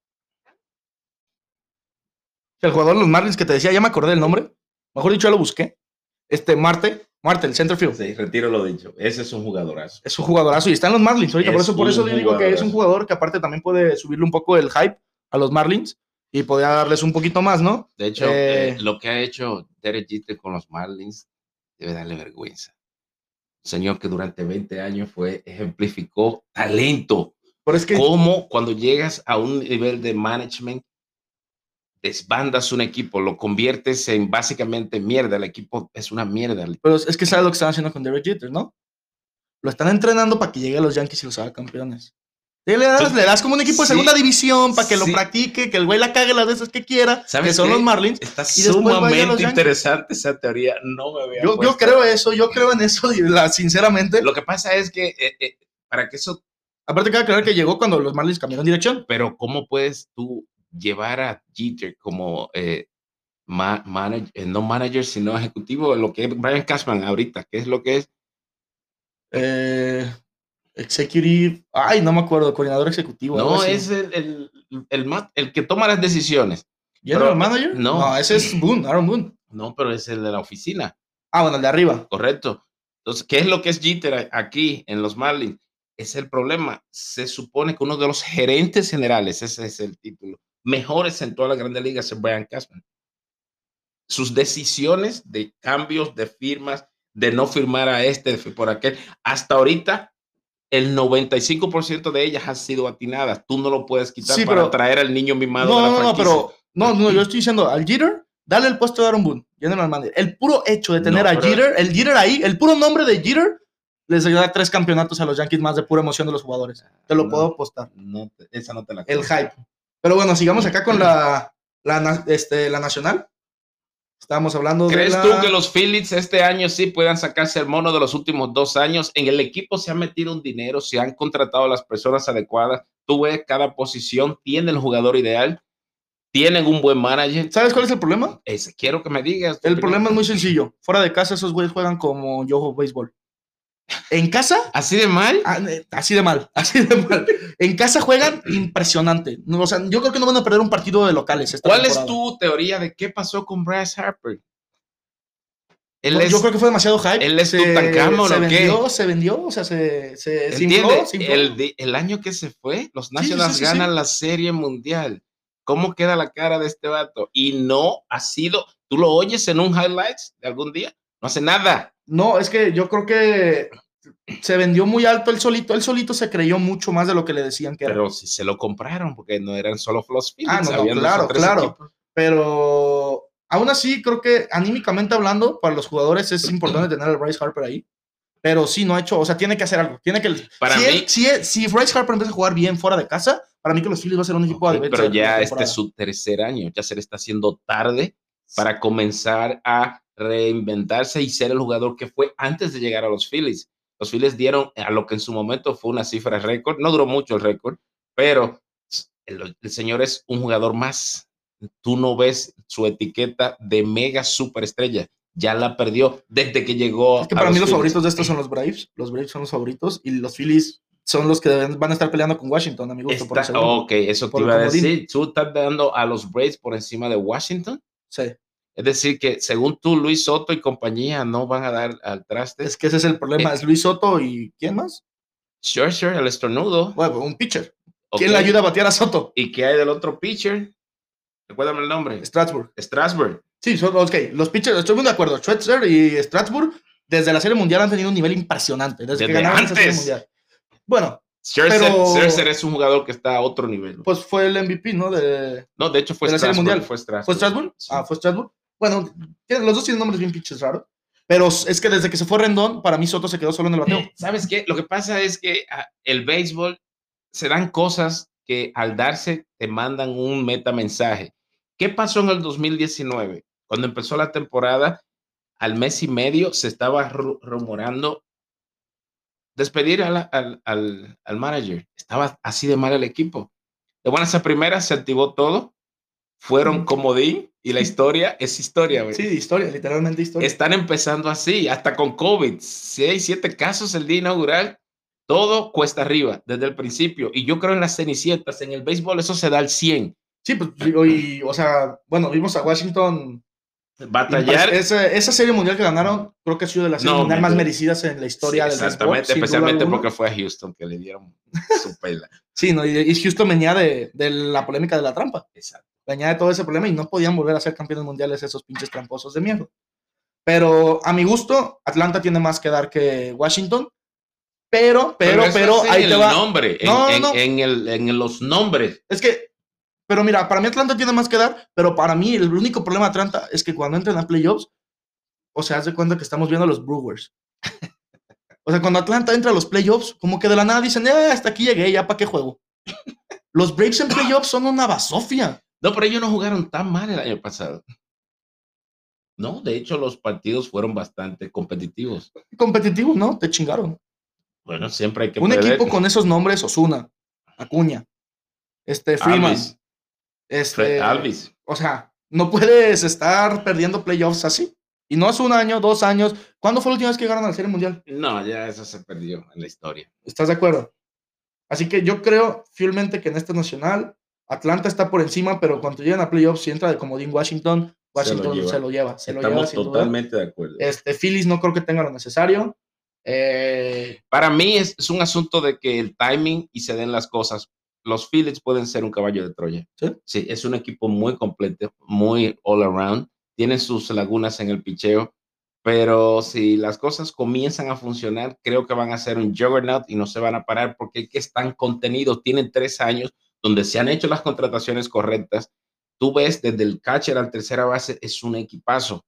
El jugador de los Marlins que te decía, ya me acordé del nombre. Mejor dicho, ya lo busqué. Este, Marte, Marte, el centerfield. Sí, retiro lo dicho. Ese es un jugadorazo. Es un jugadorazo y está en los Marlins ahorita. Es por eso, por eso digo que es un jugador que aparte también puede subirle un poco el hype a los Marlins y podría darles un poquito más, ¿no? De hecho, eh, eh, lo que ha hecho Derek Jeter con los Marlins debe darle vergüenza. Un señor que durante veinte años fue, ejemplificó talento. Pero es que cómo cuando llegas a un nivel de management desbandas un equipo, lo conviertes en básicamente mierda. El equipo es una mierda. Pero es que sabes lo que están haciendo con Derek Jeter, ¿no? Lo están entrenando para que llegue a los Yankees y los haga campeones. Le das, sí, le das como un equipo de sí, segunda división para que sí. lo practique, que el güey la cague las veces que quiera, que son qué? los Marlins. Está y sumamente interesante esa teoría. No me había yo, yo creo eso, yo creo en eso, la, sinceramente. Lo que pasa es que eh, eh, para que eso... Aparte cabe aclarar que llegó cuando los Marlins cambiaron dirección. Pero ¿cómo puedes tú llevar a Jeter como eh, ma manager, eh, no manager, sino ejecutivo, lo que es Brian Cashman ahorita? ¿Qué es lo que es? Eh... Executive, ay, no me acuerdo, coordinador ejecutivo. No, es el, el, el, el, el que toma las decisiones. ¿General manager? No. no, ese es Boone, Aaron Boone. No, pero es el de la oficina. Ah, bueno, el de arriba. Correcto. Entonces, ¿qué es lo que es Jeter aquí en los Marlins? Es el problema. Se supone que uno de los gerentes generales, ese es el título, mejores en todas las grandes ligas es Brian Cashman. Sus decisiones de cambios, de firmas, de no firmar a este, por aquel, hasta ahorita, el noventa y cinco por ciento de ellas han sido atinadas. Tú no lo puedes quitar sí, para traer al niño mimado no, de la no, franquicia. No, pero no, no, yo estoy diciendo al Jeter, dale el puesto de Aaron Boone, General Manager. El puro hecho de tener no, a Jeter, el Jeter ahí, el puro nombre de Jeter, les da tres campeonatos a los Yankees más de pura emoción de los jugadores. Te lo no, puedo apostar. No, esa no te la El creo. hype. Pero bueno, sigamos acá con la, la, este, la nacional. Estábamos hablando ¿Crees de la... tú que los Phillies este año sí puedan sacarse el mono de los últimos dos años? En el equipo se ha metido un dinero, se han contratado a las personas adecuadas. Tú ves cada posición, tiene el jugador ideal, tienen un buen manager. ¿Sabes cuál es el problema? Es, quiero que me digas. El problema es muy sencillo. Fuera de casa esos güeyes juegan como yo juego béisbol. En casa... ¿Así de mal? Así de mal, así de mal. En casa juegan impresionante. O sea, yo creo que no van a perder un partido de locales. Esta ¿Cuál temporada. es tu teoría de qué pasó con Bryce Harper? Él es, yo creo que fue demasiado hype. Él es se, Tutankamón, se ¿o vendió, qué? se vendió, o sea, se, se, se infló, infló, se infló. El, el año que se fue, los Nationals sí, sí, sí, ganan sí. la Serie Mundial. ¿Cómo queda la cara de este vato? Y no ha sido, tú lo oyes en un highlights de algún día, no hace nada. No, es que yo creo que se vendió muy alto él solito, él solito se creyó mucho más de lo que le decían que era. Pero si se lo compraron, porque no eran solo los Phillies. Ah, no, no claro, claro. Equipos. Pero aún así, creo que anímicamente hablando, para los jugadores es importante tener al Bryce Harper ahí. Pero sí, no ha hecho, o sea, tiene que hacer algo. Tiene que, para si, mí, él, si, él, si Bryce Harper empieza a jugar bien fuera de casa, para mí que los Phillies va a ser un equipo okay, de pero ya este es su tercer año, ya se le está haciendo tarde para comenzar a reinventarse y ser el jugador que fue antes de llegar a los Phillies. Los Phillies dieron a lo que en su momento fue una cifra récord, no duró mucho el récord, pero el, el señor es un jugador más. Tú no ves su etiqueta de mega superestrella. Ya la perdió desde que llegó. Es que para mí los Phillies. Favoritos de estos son los Braves. Los Braves son los favoritos y los Phillies son los que deben, van a estar peleando con Washington, a mi gusto. Está, por el ok, eso te iba a decir. ¿Tú estás dando a los Braves por encima de Washington? Sí. Es decir, que según tú, Luis Soto y compañía no van a dar al traste. Es que ese es el problema. Eh, es Luis Soto y ¿quién más? Scherzer, el estornudo. Bueno, un pitcher. Okay. ¿Quién le ayuda a batear a Soto? ¿Y qué hay del otro pitcher? Recuérdame el nombre. Strasburg. Strasburg. Sí, son ok. Los pitchers, estoy muy de acuerdo. Scherzer y Strasburg, desde la Serie Mundial han tenido un nivel impresionante. Desde, desde que ganaron antes. esa Serie Mundial. Bueno. Scherzer, pero, Scherzer es un jugador que está a otro nivel. Pues fue el M V P, ¿no? De, no, de hecho fue de la Serie Mundial. Fue Strasburg. ¿Fue Strasburg? Sí. Ah, fue Strasburg. Bueno, los dos tienen nombres bien pinches raros. Pero es que desde que se fue Rendón, para mí Soto se quedó solo en el bateo. ¿Sabes qué? Lo que pasa es que uh, el béisbol se dan cosas que al darse te mandan un metamensaje. ¿Qué pasó en el dos mil diecinueve? Cuando empezó la temporada, al mes y medio se estaba rumorando despedir al, al, al, al manager. Estaba así de mal el equipo. De buenas a primeras se activó todo. Fueron comodín Y la historia es historia, güey. Sí, historia, literalmente historia. Están empezando así, hasta con COVID. Seis, siete casos el día inaugural. Todo cuesta arriba desde el principio. Y yo creo en las cenicientas. En el béisbol eso se da al cien. Sí, pues, y, o sea, bueno, vimos a Washington batallar. Esa, esa serie mundial que ganaron, creo que ha sido de las series No, mundial me- más merecidas en la historia Sí, del béisbol. exactamente, sin duda especialmente alguna. porque fue a Houston que le dieron su pela. Sí, no, y, y Houston venía de, de la polémica de la trampa. Exacto. Venía de todo ese problema y no podían volver a ser campeones mundiales esos pinches tramposos de mierda. Pero a mi gusto, Atlanta tiene más que dar que Washington. Pero, pero, eso pero, es en ahí te el va. nombre, en, No, no, en- no. en el- en los nombres. Es que, pero mira, para mí Atlanta tiene más que dar, pero para mí el único problema de Atlanta es que cuando entran a playoffs, o sea, haz de cuenta que estamos viendo a los Brewers. O sea, cuando Atlanta entra a los playoffs, como que de la nada dicen, eh, hasta aquí llegué, ya para qué juego. Los Braves en playoffs son una basofia. No, pero ellos no jugaron tan mal el año pasado. No, de hecho los partidos fueron bastante competitivos. Competitivo, ¿no? Te chingaron. Bueno, siempre hay que Un perder. equipo con esos nombres, Osuna, Acuña, este, Freeman, Alvis, este, Fred Alvis. o sea, no puedes estar perdiendo playoffs así. Y no es un año, dos años. ¿Cuándo fue la última vez que llegaron a la Serie Mundial? No, ya eso se perdió en la historia. ¿Estás de acuerdo? Así que yo creo fielmente que en este nacional, Atlanta está por encima, pero cuando llegan a playoffs, si entra de comodín Washington, Washington se lo lleva. Se lo lleva, se Estamos lo lleva sin totalmente duda. de acuerdo. Este, Phillies no creo que tenga lo necesario. Eh, Para mí es, es un asunto de que el timing y se den las cosas. Los Phillies pueden ser un caballo de Troya. ¿Sí? Sí, es un equipo muy completo, muy all around. Tienen sus lagunas en el picheo, pero si las cosas comienzan a funcionar, creo que van a ser un juggernaut y no se van a parar porque es que están contenidos. Tienen tres años donde se han hecho las contrataciones correctas. Tú ves desde el catcher al tercera base, es un equipazo.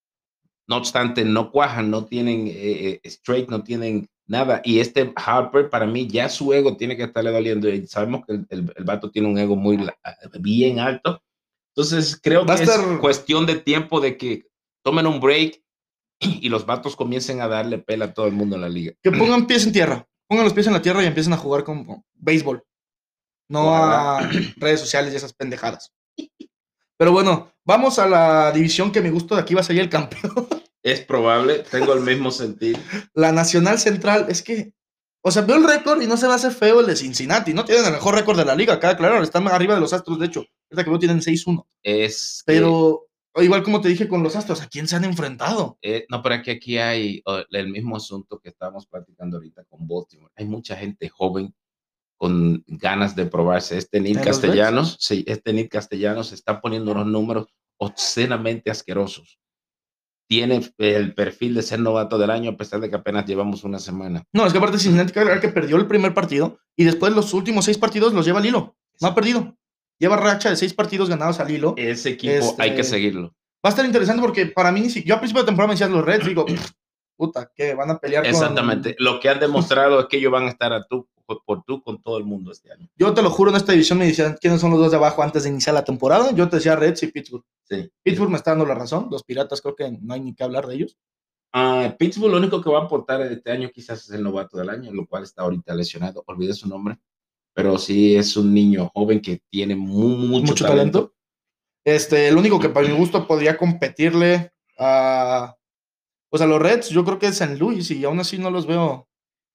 No obstante, no cuajan, no tienen eh, straight, no tienen nada. Y este Harper, para mí, ya su ego tiene que estarle doliendo. Y sabemos que el, el, el vato tiene un ego muy bien alto. Entonces, creo Va que a estar... es cuestión de tiempo de que tomen un break y los vatos comiencen a darle pela a todo el mundo en la liga. Que pongan pies en tierra. Pongan los pies en la tierra y empiecen a jugar como béisbol. No Ojalá. A redes sociales y esas pendejadas. Pero bueno, vamos a la división que me gustó. De aquí va a salir el campeón. Es probable, tengo el mismo sentido. La Nacional Central, es que, o sea, veo el récord y no se me hace feo el de Cincinnati. No tienen el mejor récord de la liga, acá, claro, están arriba de los Astros, de hecho. Ahorita que veo tienen seis uno. Es Pero, que, igual como te dije con los Astros, ¿a quién se han enfrentado? Eh, no, pero aquí, aquí hay uh, el mismo asunto que estábamos platicando ahorita con Baltimore. Hay mucha gente joven con ganas de probarse. Este Nick Castellanos, sí, este Nick Castellanos está poniendo unos números obscenamente asquerosos. Tiene el perfil de ser novato del año a pesar de que apenas llevamos una semana. No, es que aparte Cincinnati que perdió el primer partido y después los últimos seis partidos los lleva al hilo. No ha perdido. Lleva racha de seis partidos ganados al hilo. Ese equipo este, hay que seguirlo. Va a estar interesante porque para mí, yo a principio de temporada me decías los Reds, digo, puta, que van a pelear. Exactamente. Con... Lo que han demostrado es que ellos van a estar a tú, por tú con todo el mundo este año. Yo te lo juro, en esta división me decían quiénes son los dos de abajo antes de iniciar la temporada. Yo te decía Reds y Pittsburgh. Sí. Pittsburgh me está dando la razón. Los Piratas creo que no hay ni que hablar de ellos. Uh, Pittsburgh lo único que va a aportar este año quizás es el novato del año, lo cual está ahorita lesionado. Olvidé su nombre. Pero sí es un niño joven que tiene muy, mucho, mucho talento. talento. Este, el único que para mi gusto podría competirle a, pues a los Reds, yo creo que es San Luis y aún así no los veo.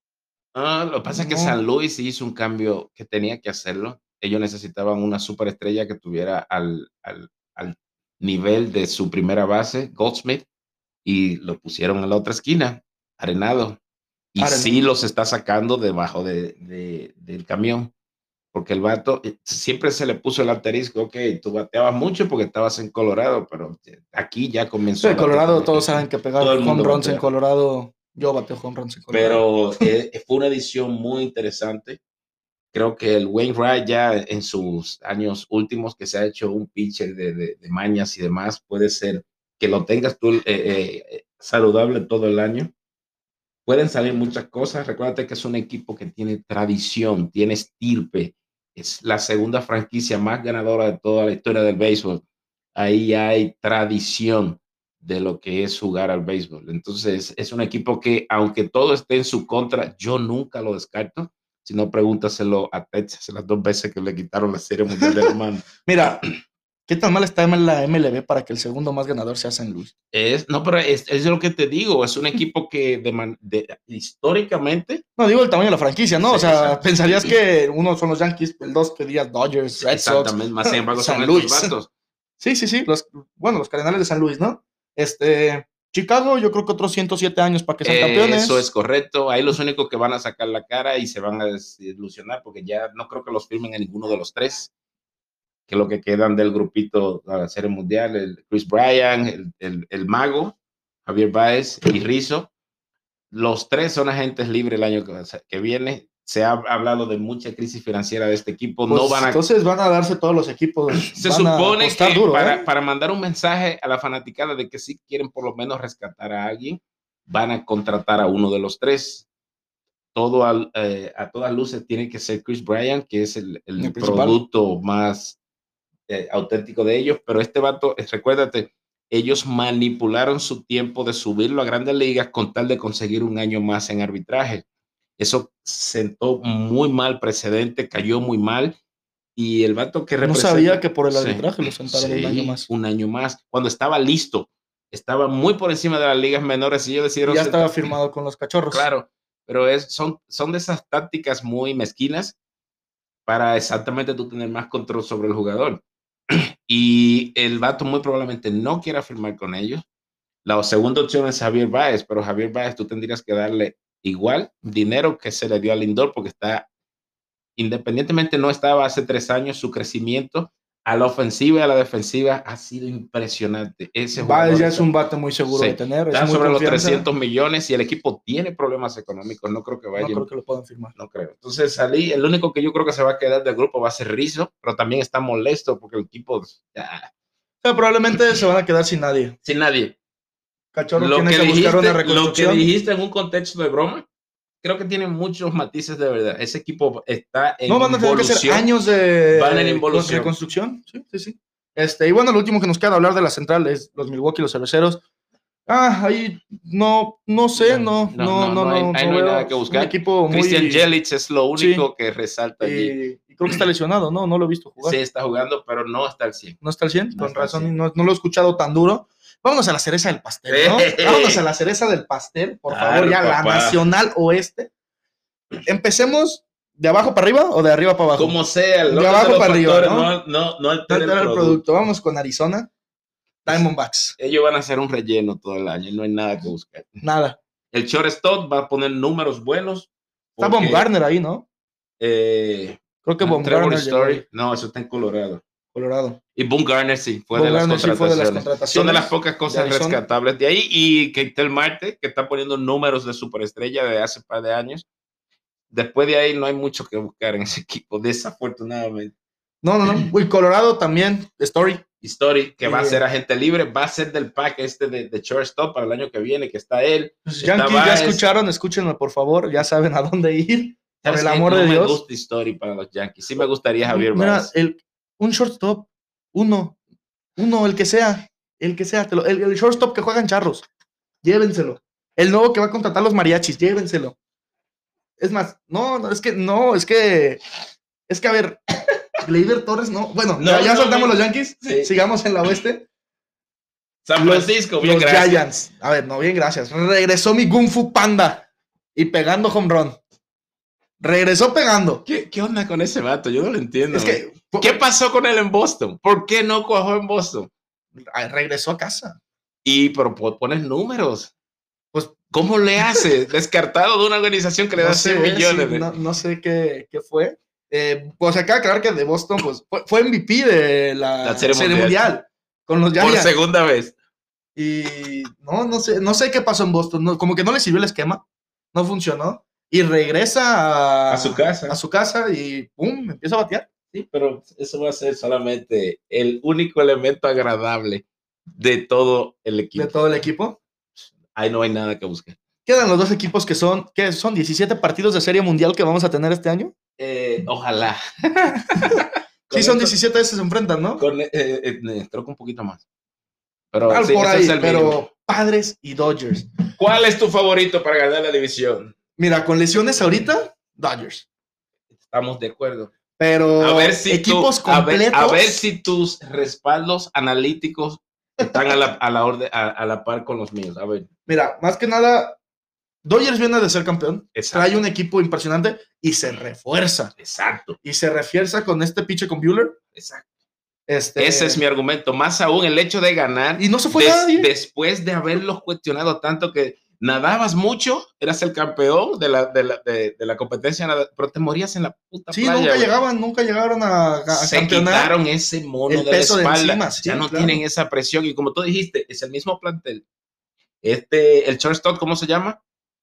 Ah, lo que pasa no. es que San Luis hizo un cambio que tenía que hacerlo. Ellos necesitaban una superestrella que tuviera al, al, al nivel de su primera base, Goldsmith, y lo pusieron en la otra esquina, Arenado. Y Arenado. Sí los está sacando debajo de, de, del camión. Porque el vato siempre se le puso el asterisco, ok, tú bateabas mucho porque estabas en Colorado, pero aquí ya comenzó. Sí, Colorado todos saben que pegar home runs en Colorado, yo bateo home runs en Colorado. Pero eh, fue una edición muy interesante. Creo que el Wainwright ya en sus años últimos que se ha hecho un pitcher de, de, de mañas y demás, puede ser que lo tengas tú eh, eh, saludable todo el año. Pueden salir muchas cosas. Recuérdate que es un equipo que tiene tradición, tiene estirpe. Es la segunda franquicia más ganadora de toda la historia del béisbol. Ahí hay tradición de lo que es jugar al béisbol. Entonces, es un equipo que, aunque todo esté en su contra, yo nunca lo descarto. Si no, pregúntaselo a Texas las dos veces que le quitaron la Serie Mundial de la mano. Mira, ¿Qué tan mal está en la M L B para que el segundo más ganador sea Saint Louis? Es, no, pero es, es lo que te digo, es un equipo que de man, de, históricamente... No, digo el tamaño de la franquicia, ¿no? Sí, o sea, exacto. pensarías que uno son los Yankees, el dos que dirías Dodgers, Red Sox. Exactamente, más sin embargo San son Luis. estos vatos. Sí, sí, sí, los, bueno, los Cardenales de San Luis, ¿no? Este, Chicago, yo creo que otros ciento siete años para que sean eh, campeones. Eso es correcto, ahí los únicos que van a sacar la cara y se van a desilusionar porque ya no creo que los firmen a ninguno de los tres, que lo que quedan del grupito a la Serie Mundial, el Chris Bryant, el, el, el Mago, Javier Baez y Rizzo. Los tres son agentes libres el año que, que viene. Se ha hablado de mucha crisis financiera de este equipo. Pues no van a, entonces van a darse todos los equipos. Se supone que duro, para, ¿eh? para mandar un mensaje a la fanaticada de que si quieren por lo menos rescatar a alguien, van a contratar a uno de los tres. Todo al, eh, a todas luces tiene que ser Chris Bryant, que es el, el, el producto más eh, auténtico de ellos, pero este vato, recuérdate, ellos manipularon su tiempo de subirlo a Grandes Ligas con tal de conseguir un año más en arbitraje. Eso sentó muy mal precedente, cayó muy mal, y el vato que representa... No sabía que por el arbitraje sí, lo sentaron sí, un año más. Un año más, cuando estaba listo, estaba muy por encima de las ligas menores y ellos decidieron... Y ya estaba firmado con los Cachorros. Claro, pero es, son, son de esas tácticas muy mezquinas para exactamente tú tener más control sobre el jugador. Y el vato muy probablemente no quiera firmar con ellos. La segunda opción es Javier Baez, pero Javier Baez tú tendrías que darle igual dinero que se le dio a Lindor porque está, independientemente no estaba hace tres años, su crecimiento a la ofensiva y a la defensiva ha sido impresionante. Ese Baez ya es un bate muy seguro sí, de tener. Está es sobre muy los trescientos millones y el equipo tiene problemas económicos. No creo que vaya. No creo que lo puedan firmar. No creo. Entonces salí, el único que yo creo que se va a quedar del grupo va a ser Rizzo, pero también está molesto porque el equipo... Ya. O sea, probablemente se van a quedar sin nadie. Sin nadie. Cachorro lo tiene que, que dijiste, buscar una reconstrucción. Lo que dijiste en un contexto de broma, creo que tiene muchos matices de verdad. Ese equipo está en No, van a tener que ser años de van en involución. reconstrucción. Sí, sí, sí. Este, y bueno, lo último que nos queda hablar de la central es los Milwaukee, los Cerveceros. Ah, ahí no, no sé, no, no, no, no, no, hay, no, ahí no hay nada que buscar. Un equipo Christian muy... Yelich es lo único sí, que resalta y, allí. Y creo que está lesionado, ¿no? No lo he visto jugar. Sí, está jugando, pero no está al cien. No está al cien, no con razón, no, no lo he escuchado tan duro. Vámonos a la cereza del pastel, ¿no? Hey. Vámonos a la cereza del pastel, por claro, favor, ya papá. La Nacional Oeste. Empecemos de abajo para arriba o de arriba para abajo. Como sea, de abajo para arriba, ¿no? No, no, no altera el, el producto. producto. Vamos con Arizona, Diamondbacks. Ellos van a hacer un relleno todo el año, no hay nada que buscar. Nada. El shortstop va a poner números buenos. Está Bumgarner ahí, ¿no? Eh, Creo que Bumgarner. Story. No, eso está en Colorado. Colorado. Y Bumgarner sí, fue de, las sí fue de las contrataciones. Son de las pocas cosas de rescatables de ahí. Y Ketel Marte, que está poniendo números de superestrella de hace un par de años. Después de ahí no hay mucho que buscar en ese equipo, desafortunadamente. No, no, no. Y Colorado también, Story. Story, que va a ser agente libre, va a ser del pack este de, de shortstop para el año que viene, que está él. Pues Yankees, ya escucharon, escúchenme por favor, ya saben a dónde ir. Por el amor no de me Dios. Me gusta Story para los Yankees, sí me gustaría Javier Mira, el, un shortstop, uno, uno, el que sea, el que sea, te lo, el, el shortstop que juega en Charros, llévenselo. El nuevo que va a contratar los mariachis, llévenselo. Es más, no, no, es que, no, es que, es que, a ver, Gleyber Torres, no, bueno, no, ya, ya no, soltamos no, los Yankees, sí. Sigamos en la oeste. San Francisco, los, bien, los gracias. Giants, a ver, no, bien, gracias. Regresó mi Kung Fu Panda y pegando home run. Regresó pegando. ¿Qué, ¿Qué onda con ese vato? Yo no lo entiendo. Es que, ¿qué pasó con él en Boston? ¿Por qué no cuajó en Boston? Regresó a casa. Y, pero pones números. Pues, ¿cómo le hace? Descartado de una organización que le no da sé, cien millones. Sí, de... no, no sé qué, qué fue. Eh, pues acaba de aclarar que de Boston pues, fue, fue M V P de la, la serie, serie mundial. mundial. Con los Giants. Por segunda vez. Y no, no sé, no sé qué pasó en Boston. No, como que no le sirvió el esquema. No funcionó. Y regresa a, a su casa. A su casa y ¡pum! Empieza a batear. Sí, pero eso va a ser solamente el único elemento agradable de todo el equipo. De todo el equipo. Ahí no hay nada que buscar. Quedan los dos equipos que son, ¿qué son? diecisiete partidos de serie mundial que vamos a tener este año. Eh, ojalá. Sí, son diecisiete veces se enfrentan, ¿no? Con, eh, eh, creo que un poquito más. Pero, Al sí, por ahí, es el pero mínimo. Padres y Dodgers. ¿Cuál es tu favorito para ganar la división? Mira, con lesiones ahorita, Dodgers. Estamos de acuerdo. Pero a ver si equipos tú, completos. A ver, a ver si tus respaldos analíticos están a la, a, la orde, a, a la par con los míos. A ver. Mira, más que nada, Dodgers viene de ser campeón. Exacto. Trae un equipo impresionante y se refuerza. Exacto. Y se refuerza con este pinche con Buehler. Exacto. Este... Ese es mi argumento. Más aún el hecho de ganar. Y no se fue des, nadie. Después de haberlos cuestionado tanto que nadabas mucho, eras el campeón de la, de la, de, de la competencia, pero te morías en la puta sí, playa. nunca güey. llegaban, nunca llegaron a, a Se campeonar. quitaron ese mono el de peso la espalda. De encima, sí, ya no claro. tienen esa presión. Y como tú dijiste, es el mismo plantel. Este, el shortstop, ¿cómo se llama?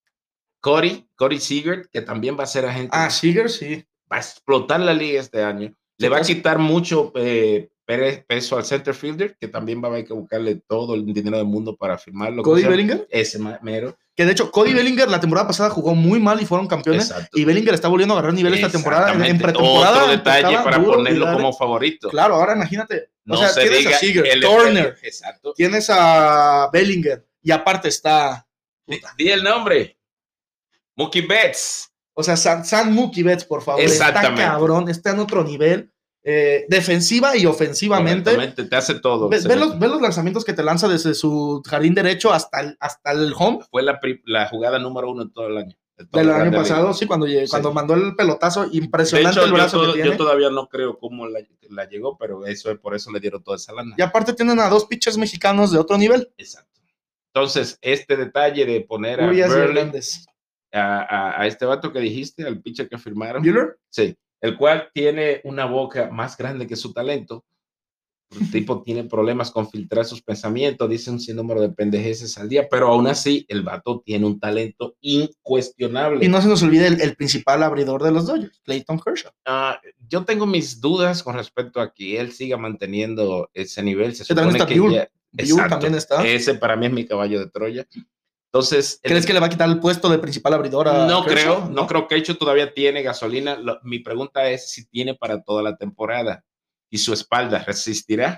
Cody, Cody Seager, que también va a ser agente. Ah, Seager, sí. Va a explotar la liga este año. Le va a quitar mucho eh, peso al center fielder, que también va a haber que buscarle todo el dinero del mundo para firmarlo. ¿Cody Bellinger? Ese mero. Que de hecho, Cody Bellinger la temporada pasada jugó muy mal y fueron campeones. Exacto. Y Bellinger está volviendo a agarrar nivel esta temporada. En, en pretemporada. Otro detalle para ponerlo como favorito. Claro, ahora imagínate. No o sea, se tienes diga a Seager, Turner, exacto. Tienes a Bellinger y aparte está. Di, di el nombre. Mookie Betts. O sea, San, San Mookie Betts, por favor. Exactamente. Está cabrón, está en otro nivel. Eh, defensiva y ofensivamente. Te hace todo. Ve, ve, los, ve los lanzamientos que te lanza desde su jardín derecho hasta el, hasta el home. Fue la, la jugada número uno en todo el año. Del año pasado, liga. sí, cuando, sí. cuando mandó el pelotazo, impresionante hecho, el brazo yo todo, que tiene. Yo todavía no creo cómo la, la llegó, pero eso por eso le dieron toda esa lana. Y aparte tienen a dos pitchers mexicanos de otro nivel. Exacto. Entonces, este detalle de poner a Urias Burley, a, a, a este vato que dijiste, al pitcher que firmaron. ¿Buehler? Sí, el cual tiene una boca más grande que su talento. El tipo tiene problemas con filtrar sus pensamientos, dice un sinnúmero de pendejeces al día, pero aún así el vato tiene un talento incuestionable. Y no se nos olvide el, el principal abridor de los Dodgers, Clayton Kershaw. Uh, yo tengo mis dudas con respecto a que él siga manteniendo ese nivel. Se que también está que Buehler. Ya, exacto, también está. Ese para mí es mi caballo de Troya. Entonces, ¿crees el, que le va a quitar el puesto de principal abridor a No Kershaw? creo, no, no creo que Kershaw todavía tiene gasolina. Lo, mi pregunta es si tiene para toda la temporada y su espalda resistirá.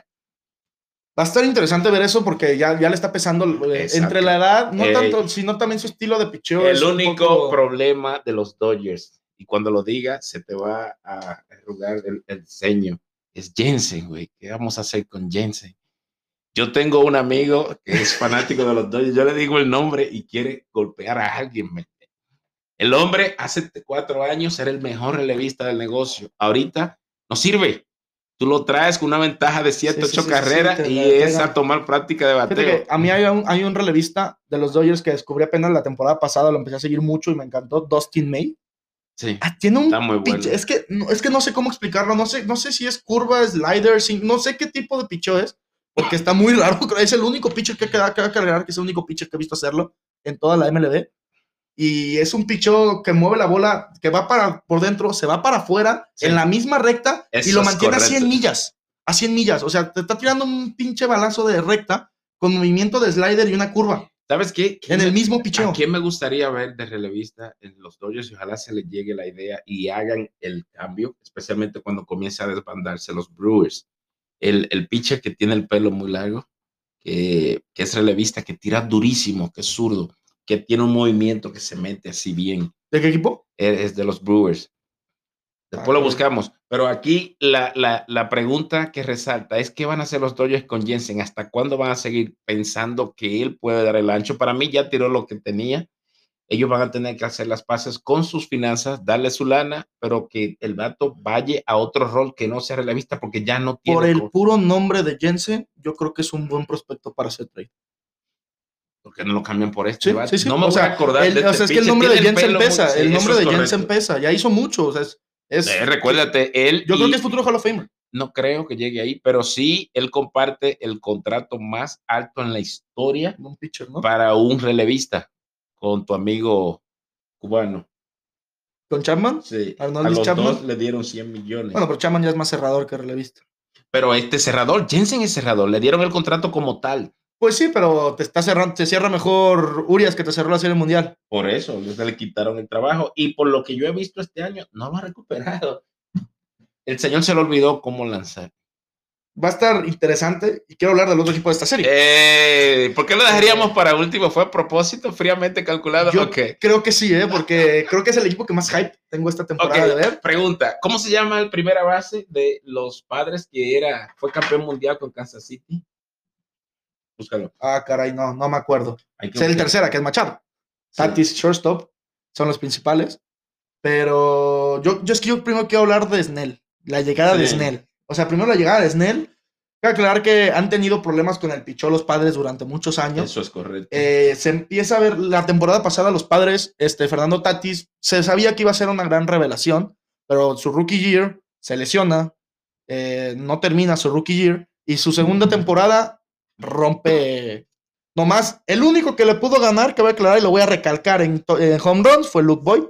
Va a estar interesante ver eso porque ya, ya le está pesando eh, entre la edad, no eh, tanto, sino también su estilo de picheo. El único poco... problema de los Dodgers, y cuando lo diga se te va a arrugar el, el ceño, es Jensen, güey. ¿Qué vamos a hacer con Jensen? Yo tengo un amigo que es fanático de los Dodgers, yo le digo el nombre y quiere golpear a alguien. ¿Me? El hombre hace cuatro años era el mejor relevista del negocio. Ahorita no sirve. Tú lo traes con una ventaja de siete, ocho sí, sí, carreras sí, sí, y es a tomar práctica de bateo. A mí hay un, hay un relevista de los Dodgers que descubrí apenas la temporada pasada, lo empecé a seguir mucho y me encantó, Dustin May. Sí, ah, tiene un está muy bueno. Pitch, es, que, no, es que no sé cómo explicarlo, no sé, no sé si es curva, slider, no sé qué tipo de picheo es, porque está muy raro. Es el único pitcher que queda que cargar, que es el único pitcher que he visto hacerlo en toda la M L B. Y es un picheo que mueve la bola, que va para por dentro, se va para afuera, sí. en la misma recta, Eso y lo mantiene a cien millas. A cien millas. O sea, te está tirando un pinche balazo de recta con movimiento de slider y una curva. ¿Sabes qué? En el mismo picheo. ¿A quién me gustaría ver de relevista en los Dodgers? Y ojalá se les llegue la idea y hagan el cambio, especialmente cuando comience a desbandarse los Brewers. El, el pitcher que tiene el pelo muy largo, que, que es relevista, que tira durísimo, que es zurdo, que tiene un movimiento que se mete así bien. ¿De qué equipo? Es de los Brewers. Después ah, lo buscamos. Pero aquí la, la, la pregunta que resalta es ¿qué van a hacer los Dodgers con Jensen? ¿Hasta cuándo van a seguir pensando que él puede dar el ancho? Para mí ya tiró lo que tenía. Ellos van a tener que hacer las paces con sus finanzas, darle su lana, pero que el vato vaya a otro rol que no sea relevista porque ya no tiene... Por el co- puro nombre de Jensen, yo creo que es un buen prospecto para hacer trade. Porque no lo cambian por este, sí, sí, sí. No me o voy sea, a acordar el, de este o sea, es que el nombre de Jensen pesa, muy, sí, el nombre de correcto. Jensen pesa, ya hizo mucho, o sea, es... es eh, recuérdate, él... Yo y, creo que es futuro Hall of Famer. No creo que llegue ahí, pero sí, él comparte el contrato más alto en la historia un pitcher, ¿no? para un relevista, con tu amigo cubano. ¿Con Chapman? Sí, Arnold a los Chapman. dos le dieron cien millones. Bueno, pero Chapman ya es más cerrador que relevista. Pero este cerrador, Jensen es cerrador, le dieron el contrato como tal. Pues sí, pero te está cerrando, te cierra mejor Urias que te cerró la Serie Mundial. Por eso, le quitaron el trabajo y por lo que yo he visto este año, no lo ha recuperado. El señor se le olvidó cómo lanzar. va a estar interesante y quiero hablar del otro equipo de esta serie. Eh, ¿Por qué lo dejaríamos para último? ¿Fue a propósito, fríamente calculado? Yo okay. creo que sí, ¿eh? Porque creo que es el equipo que más hype tengo esta temporada okay. de ver. Pregunta, ¿cómo se llama el primera base de los Padres que era, fue campeón mundial con Kansas City? Búscalo. Ah, caray, no, no me acuerdo. Es el buscar. tercera, que es Machado. Sí. Tatis, shortstop, son los principales. Pero yo, yo es que yo primero quiero hablar de Snell, la llegada sí. de Snell. O sea, primero la llegada de Snell. Quiero aclarar que han tenido problemas con el pichó los Padres durante muchos años. Eso es correcto. Eh, se empieza a ver, la temporada pasada los Padres, este, Fernando Tatis, se sabía que iba a ser una gran revelación, pero su rookie year se lesiona, eh, no termina su rookie year, y su segunda temporada rompe... Nomás, el único que le pudo ganar, que voy a aclarar y lo voy a recalcar en, en home runs, fue Luke Voit.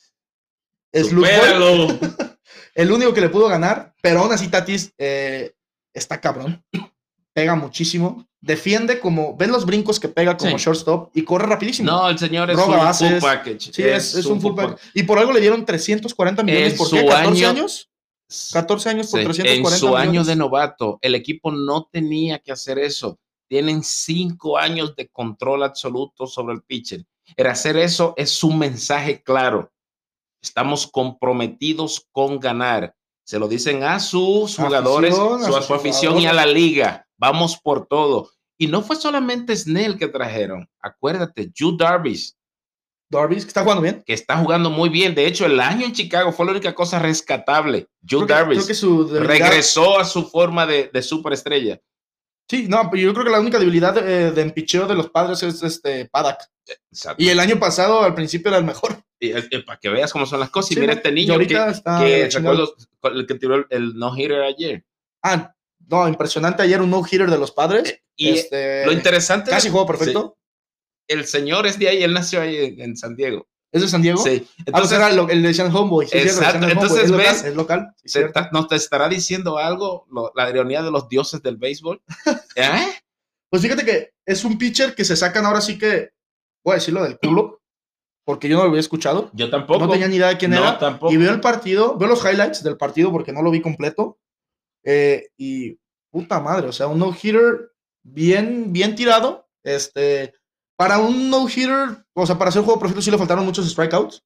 Es Luke Voit. El único que le pudo ganar, pero aún así Tatis eh, está cabrón. Pega muchísimo. Defiende como... ¿Ven los brincos que pega como sí. shortstop? Y corre rapidísimo. No, el señor es Roba un bases. full package. Sí, es, es, es un, un full package. package. Y por algo le dieron trescientos cuarenta millones. En ¿Por qué? ¿catorce año, años? catorce años por sí. trescientos cuarenta millones. En su millones. año de novato, el equipo no tenía que hacer eso. Tienen cinco años de control absoluto sobre el pitcher. El hacer eso es un mensaje claro. Estamos comprometidos con ganar. Se lo dicen a sus jugadores, afición, a, su, a su afición jugadores. Y a la liga. Vamos por todo. Y no fue solamente Snell que trajeron. Acuérdate, Yu Darvish. Darvish, que está jugando bien. Que está jugando muy bien. De hecho, el año en Chicago fue la única cosa rescatable. Yu Darvish creo que su debilidad... regresó a su forma de, de superestrella. Sí, no, pero yo creo que la única debilidad de, de empicheo de los Padres es este Paddock. Exacto. Y el año pasado, al principio, era el mejor. Y, y, para que veas cómo son las cosas. Sí, y mira este niño que, que recuerdo el que tiró el, el no-hitter ayer. Ah, no, impresionante ayer un no-hitter de los Padres. Eh, y este, lo interesante... Casi jugó perfecto. Sí. El señor es de ahí, él nació ahí en, en San Diego. ¿Es de San Diego? Sí. Entonces, ah, pues era el de Sean Homeboy. Sí, exacto. Homeboy. Entonces, ¿Es ves, local? ¿Es local? Sí, ta, ¿nos te estará diciendo algo? Lo, la ironía de los dioses del béisbol. ¿Eh? Pues fíjate que es un pitcher que se sacan ahora sí que, voy a decirlo del culo, porque yo no lo había escuchado. Yo tampoco. No tenía ni idea de quién no, era. Tampoco. Y veo el partido, veo los highlights del partido porque no lo vi completo. Eh, y puta madre, o sea, un no-hitter bien, bien tirado. Este, para un no-hitter, o sea, para hacer juego perfecto sí le faltaron muchos strikeouts,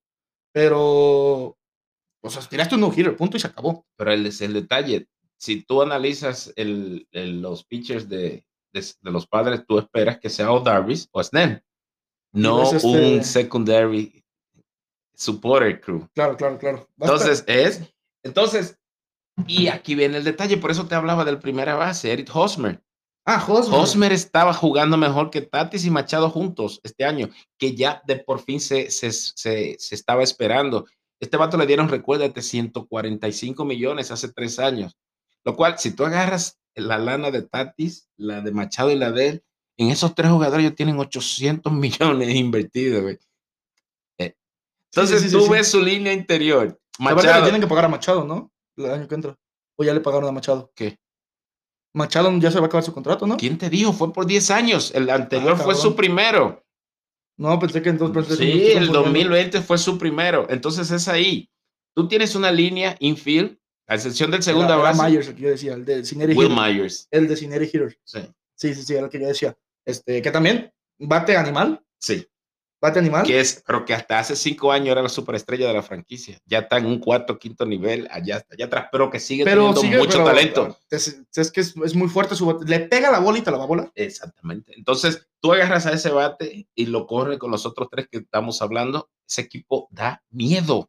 pero, o sea, tiraste un no-hitter, punto y se acabó. Pero el, el detalle, si tú analizas el, el, los pitchers de, de, de los Padres, tú esperas que sea o Darvish o Snell, no este... un secondary supporter crew. Claro, claro, claro. Entonces, es, entonces, y aquí viene el detalle, por eso te hablaba del primera base, Eric Hosmer. Ah, Hosmer. Hosmer estaba jugando mejor que Tatis y Machado juntos este año, que ya de por fin se, se, se, se estaba esperando. Este vato le dieron, recuérdate, ciento cuarenta y cinco millones hace tres años. Lo cual, si tú agarras la lana de Tatis, la de Machado y la de él, en esos tres jugadores ya tienen ochocientos millones invertidos, güey. Eh. Entonces sí, sí, sí, tú sí. ves su línea interior. Machado. La verdad que tienen que pagar a Machado, ¿no? El año que entra. O ya le pagaron a Machado. ¿Qué? Machado ya se va a acabar su contrato, ¿no? ¿Quién te dijo? Fue por diez años. El anterior ah, fue su primero. No, pensé que entonces... Pensé sí, que el dos mil veinte fue su primero. Entonces es ahí. Tú tienes una línea infield, a excepción del segunda era, base. Era Myers, el que yo decía, el de Cincinnati Will Hitter. Myers. El de Cincinnati Hitter. Sí. Sí, sí, sí, era el que yo decía. Este, que también, bate animal. Sí. Bate animal. Que es, pero que hasta hace cinco años era la superestrella de la franquicia. Ya está en un cuarto, quinto nivel, allá, allá atrás, pero que sigue pero teniendo sigue, mucho pero, talento. Es, es que es, es muy fuerte su bate. Le pega la bola y te la va a volar. Exactamente. Entonces, tú agarras a ese bate y lo corres con los otros tres que estamos hablando. Ese equipo da miedo.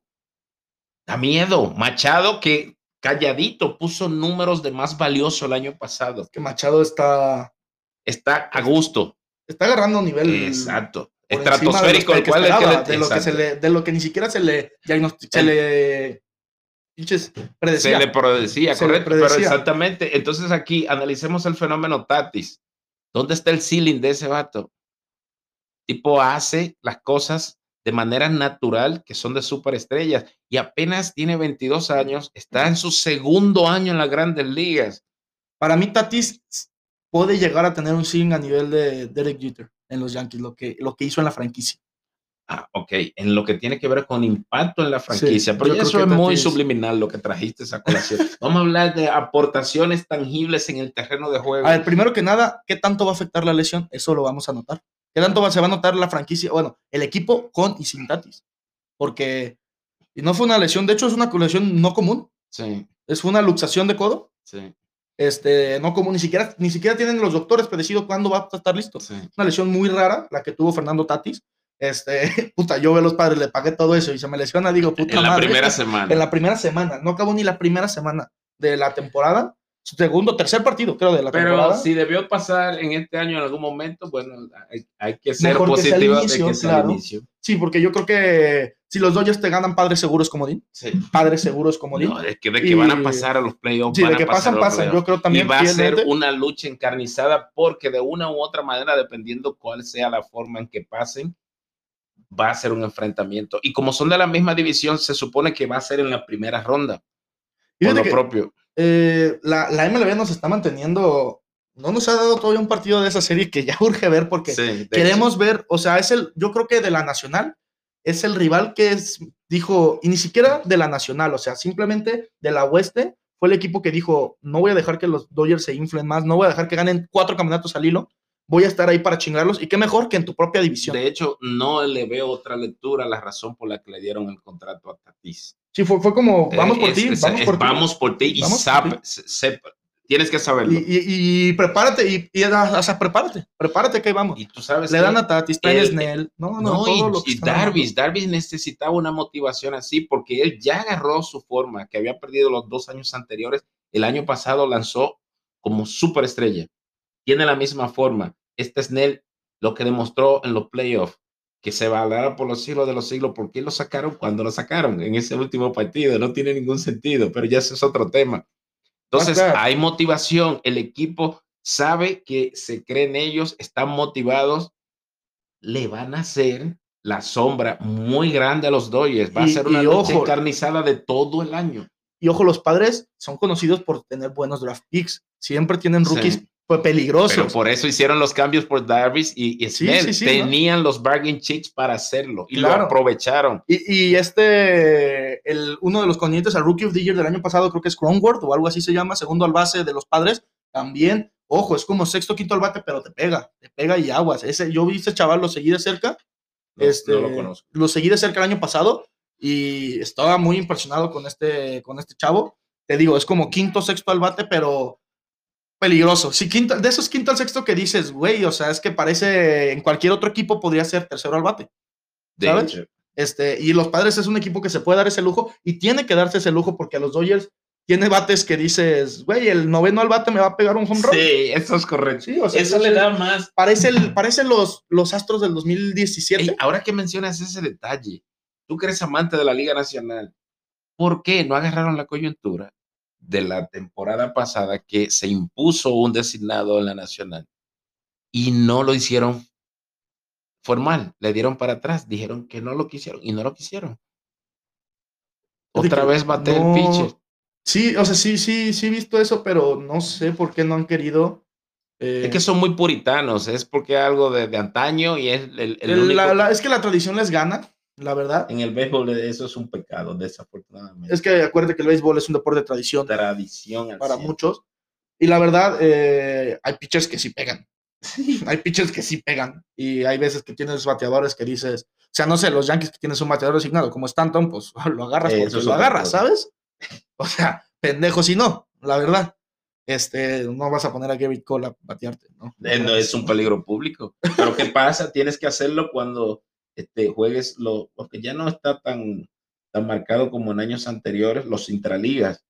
Da miedo. Machado, que calladito puso números de más valioso el año pasado. Que Machado está... Está a gusto. Está agarrando nivel... Exacto. Estratosférico, el cual esperaba, es que le, de lo que se le, de lo que ni siquiera se le se el, le pinches predecía. Se le predecía, se correcto, le predecía. Pero exactamente. Entonces aquí analicemos el fenómeno Tatis. ¿Dónde está el ceiling de ese vato? Tipo hace las cosas de manera natural, que son de superestrellas, y apenas tiene veintidós años, está en su segundo año en las Grandes Ligas. Para mí Tatis puede llegar a tener un ceiling a nivel de Derek Jeter en los Yankees, lo que, lo que hizo en la franquicia. Ah, ok. En lo que tiene que ver con impacto en la franquicia, Sí, pero yo ya creo eso que es muy Tatis. subliminal lo que trajiste esa colación. Vamos a hablar de aportaciones tangibles en el terreno de A juego. ver, primero que nada, ¿qué tanto va a afectar la lesión? Eso lo vamos a notar. ¿Qué tanto va, se va a notar la franquicia? Bueno, el equipo con y sin Tatis. Porque no fue una lesión, de hecho es una lesión no común. Sí, Es una luxación de codo. sí, Este, no común, ni siquiera, ni siquiera tienen los doctores predecido cuándo va a estar listo. sí. Una lesión muy rara, la que tuvo Fernando Tatis. Este, puta, yo veo a los padres, le pagué todo eso y se me lesiona, digo, puta En la madre. primera semana. En la primera semana, no acabó ni la primera semana de la temporada. Segundo, tercer partido, creo, de la Pero temporada. si debió pasar en este año en algún momento, bueno, hay, hay que ser Mejor que sea al positiva inicio, de que sea claro. al inicio. Sí, porque yo creo que si los Dodgers te ganan, padres seguros comodín. Sí. Padres seguros comodín. No, es que de que Y- van a pasar a los playoffs, Sí, van de que a pasar pasan, a los pasan. Yo playoffs. creo Y también va a ser fielmente. una lucha encarnizada porque de una u otra manera, dependiendo cuál sea la forma en que pasen, va a ser un enfrentamiento. Y como son de la misma división, se supone que va a ser en la primera ronda. Por Fíjate lo que propio. eh, la, la M L B nos está manteniendo. No nos ha dado todavía un partido de esa serie que ya urge ver porque Sí, de queremos hecho. ver. O sea, es el. Yo creo que de la Nacional es el rival que es, dijo, y ni siquiera de la Nacional, o sea, simplemente de la Oeste. Fue el equipo que dijo: no voy a dejar que los Dodgers se inflen más, no voy a dejar que ganen cuatro campeonatos al hilo. Voy a estar ahí para chingarlos. Y qué mejor que en tu propia división. De hecho, no le veo otra lectura a la razón por la que le dieron el contrato a Tatis. Sí, fue, fue como, vamos por Es, ti, es, vamos es, por ti. vamos por ti y Vamos por sabe, ti. sepa, tienes que Y, saberlo. y, y prepárate, y, y, o sea, prepárate, prepárate que ahí vamos. Y tú sabes Le que dan a Tatis, traen el, Snell, no, no, no, todo y, lo que y están armando. Darvish, Darvish necesitaba una motivación así porque él ya agarró su forma que había perdido los dos años anteriores. El año pasado lanzó como superestrella. Tiene la misma forma. Este Snell lo que demostró en los playoffs, que se valerá por los siglos de los siglos. ¿Por qué lo sacaron cuando lo sacaron en ese último partido? No tiene ningún sentido, pero ya ese es otro tema. Entonces, hay motivación. El equipo sabe que se cree en ellos, están motivados. Le van a hacer la sombra muy grande a los Dodgers. Va a Y, ser una y lucha ojo, encarnizada de todo el año. y ojo, los Padres son conocidos por tener buenos draft picks. Siempre tienen rookies Sí. pues, peligrosos. Pero por eso hicieron los cambios por Darvish y, y Snell. Sí, sí, sí, Tenían ¿no? los bargain chicks para hacerlo y Claro. lo aprovecharon. Y, y este, el, uno de los contendientes al Rookie of the Year del año pasado, creo que es Cronworth o algo así se llama, segundo al base de los Padres, también, ojo, es como sexto, quinto al bate, pero te pega, te pega y aguas. Ese, yo vi ese chaval, lo seguí de cerca, No, este, no lo conozco. Lo seguí de cerca el año pasado y estaba muy impresionado con este, con este chavo. Te digo, es como quinto, sexto al bate, pero peligroso. Sí, quinto, de esos quinto al sexto que dices, güey, o sea, es que parece en cualquier otro equipo podría ser tercero al bate. ¿Sabes? De hecho. Este, y los Padres es un equipo que se puede dar ese lujo y tiene que darse ese lujo porque a los Dodgers tiene bates que dices, güey, el noveno al bate me va a pegar un home run. Sí, eso es correcto. Sí, o sea, eso, eso le da más. Parece, el, parece los, los Astros del dos mil diecisiete. Ey, ahora que mencionas ese detalle, tú que eres amante de la Liga Nacional, ¿por qué no agarraron la coyuntura de la temporada pasada que se impuso un designado en la Nacional y no lo hicieron formal? Le dieron para atrás, dijeron que no lo quisieron y no lo quisieron. Otra vez bate no, el pitcher. Sí, o sea, sí, sí, sí he visto eso, pero no sé por qué no han querido. Eh, es que son muy puritanos, es porque algo de, de antaño y es el, el, el único... la, la, es que la tradición les gana, la verdad. En el béisbol eso es un pecado, desafortunadamente. Es que acuérdate que el béisbol es un deporte de tradición. Tradición para cien. Muchos. Y la verdad, eh, hay pitchers que sí pegan. Sí. Hay pitchers que sí pegan. Y hay veces que tienes bateadores que dices, o sea, no sé, los Yankees que tienes un bateador designado como Stanton, pues lo agarras porque eh, lo agarras, cosa. ¿Sabes? O sea, pendejo si no, la verdad. Este, no vas a poner a Gerrit Cole a batearte, ¿no? Eh, no es un peligro público. Pero ¿qué pasa? Tienes que hacerlo cuando este, juegues, lo, porque ya no está tan, tan marcado como en años anteriores, los intraligas.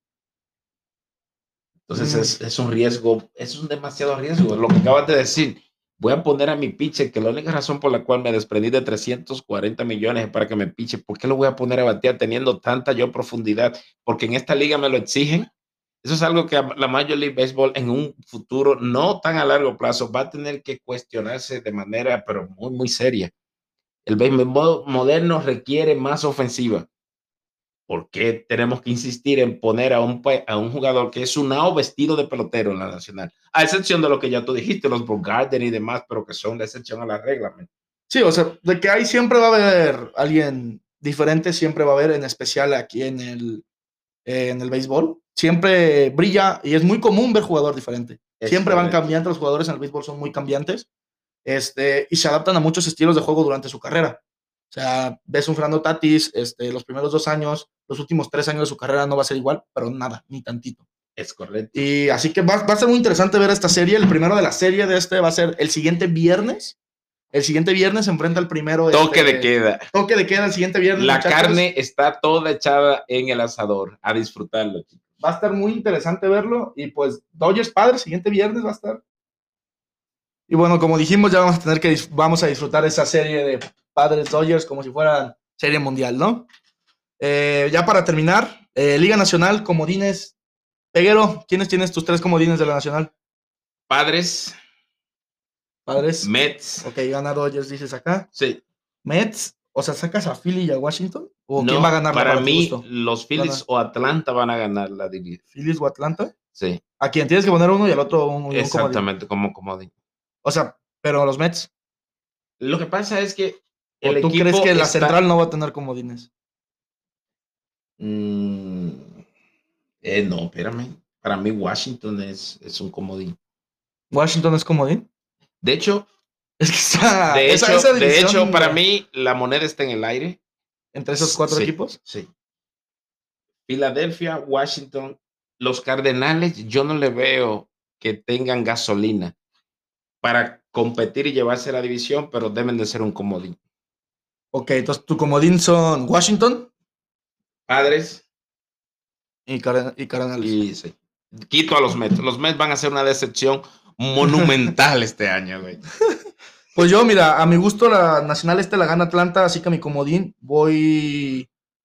Entonces mm. es, es un riesgo, es un demasiado riesgo. Lo que acabas de decir, voy a poner a mi pitcher, que la única razón por la cual me desprendí de trescientos cuarenta millones es para que me piche. ¿Por qué lo voy a poner a batear teniendo tanta yo profundidad? Porque en esta liga me lo exigen. Eso es algo que la Major League Baseball en un futuro no tan a largo plazo va a tener que cuestionarse de manera, pero muy, muy seria. El béisbol moderno requiere más ofensiva. ¿Por qué tenemos que insistir en poner a un, a un jugador que es un nao vestido de pelotero en la nacional? A excepción de lo que ya tú dijiste, los Bumgarner y demás, pero que son la excepción a la regla. Man. Sí, o sea, de que ahí siempre va a haber alguien diferente, siempre va a haber, en especial aquí en el, eh, en el béisbol. Siempre brilla y es muy común ver jugador diferente. Es siempre van correcto. cambiando, los jugadores en el béisbol son muy cambiantes este, y se adaptan a muchos estilos de juego durante su carrera. O sea, ves un Fernando Tatis, este, los primeros dos años, los últimos tres años de su carrera no va a ser igual, pero nada, ni tantito. Es correcto. Y así que va, va a ser muy interesante ver esta serie. El primero de la serie de este va a ser el siguiente viernes. El siguiente viernes se enfrenta el primero. Toque este, de queda. Toque de queda el siguiente viernes. La muchachos. carne está toda echada en el asador. A disfrutarlo, chicos. Va a estar muy interesante verlo. Y pues Dodgers Padres, siguiente viernes va a estar. Y bueno, como dijimos, ya vamos a tener que vamos a disfrutar esa serie de Padres Dodgers como si fuera serie mundial, ¿no? Eh, ya para terminar, eh, Liga Nacional, comodines. Peguero, ¿quiénes tienes tus tres comodines de la Nacional? Padres. Padres. Mets. Ok, gana Dodgers, dices acá. Sí. Mets, o sea, ¿sacas a Philly y a Washington? ¿O no, quién va a ganar? Para, para mí, gusto? los Phillies Gana. o Atlanta van a ganar la división. ¿Phillies o Atlanta? Sí. ¿A quién? Tienes que poner uno y al otro un, Exactamente, un comodín. como comodín. O sea, pero los Mets. Lo que pasa es que el ¿O tú equipo crees que la está... central no va a tener comodines? Mm, eh, no, espérame. Para mí Washington es, es un comodín. ¿Washington es comodín? De hecho, es que está, de, esa, hecho esa de hecho, para mí la moneda está en el aire. ¿Entre esos cuatro sí, equipos? Sí. Filadelfia, Washington, los Cardenales, yo no le veo que tengan gasolina para competir y llevarse la división, pero deben de ser un comodín. Ok, entonces tu comodín son Washington, Padres y, Car y Cardenales. Y sí. Quito a los Mets. Los Mets van a ser una decepción monumental este año, güey. Pues yo, mira, a mi gusto la Nacional este la gana Atlanta, así que a mi comodín voy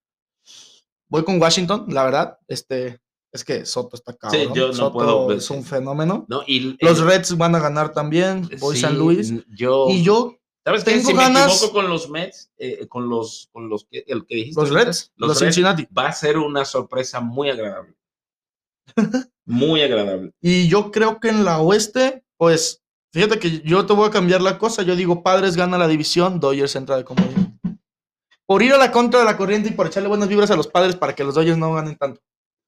voy con Washington, la verdad. Este, es que Soto está cabrón. Sí, yo no Soto puedo es un fenómeno. No, y, los y, Reds van a ganar también, voy sí, San Luis. Yo, y yo ¿sabes qué? tengo Si ganas, me equivoco con los Mets, eh, con los, con los que, el que dijiste. Los Reds, los, los Reds, Cincinnati. Va a ser una sorpresa muy agradable. Muy agradable. Y yo creo que en la oeste, pues, fíjate que yo te voy a cambiar la cosa. Yo digo, Padres gana la división, Dodgers entra de comodín. Por ir a la contra de la corriente y por echarle buenas vibras a los Padres para que los Dodgers no ganen tanto.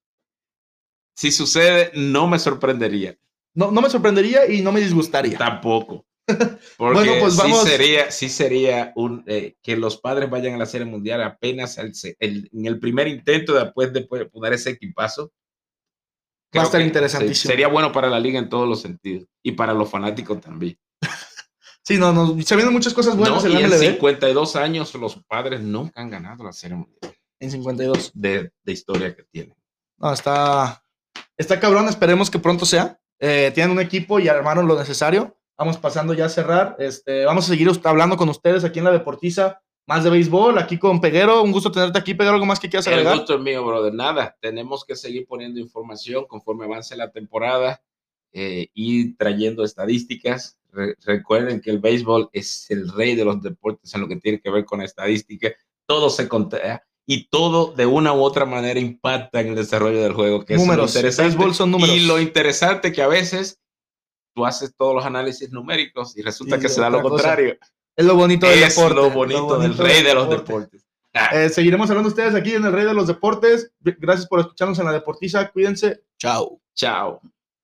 Si sucede, no me sorprendería. No, no me sorprendería y no me disgustaría. Tampoco. Porque bueno, pues vamos... sí sería, sí sería un, eh, que los Padres vayan a la Serie Mundial apenas el, el, en el primer intento después de poner ese equipazo. Va a estar interesantísimo. Sería bueno para la liga en todos los sentidos y para los fanáticos también. Sí, no, no, se vienen muchas cosas buenas no, en y la M L B. En cincuenta y dos años los Padres nunca han ganado la Serie Mundial. En cincuenta y dos. De, de historia que tienen. No, está, está cabrón, esperemos que pronto sea. Eh, tienen un equipo y armaron lo necesario. Vamos pasando ya a cerrar. Este, vamos a seguir hablando con ustedes aquí en La Deportiza. Más de béisbol, aquí con Peguero. Un gusto tenerte aquí, Peguero. ¿Algo más que quieras agregar? El gusto es mío, brother. Nada, tenemos que seguir poniendo información conforme avance la temporada eh, y trayendo estadísticas. Re recuerden que el béisbol es el rey de los deportes en lo que tiene que ver con estadística. Todo se contea y todo de una u otra manera impacta en el desarrollo del juego. Que números. Es lo interesante. Béisbol son números. Y lo interesante que a veces tú haces todos los análisis numéricos y resulta y que se da lo contrario. Cosa. Es lo bonito del es deporte. Lo bonito, lo bonito del rey del de los deportes. Ah. Eh, seguiremos hablando de ustedes aquí en el Rey de los Deportes. Gracias por escucharnos en La Deportiza. Cuídense. Chao. Chao.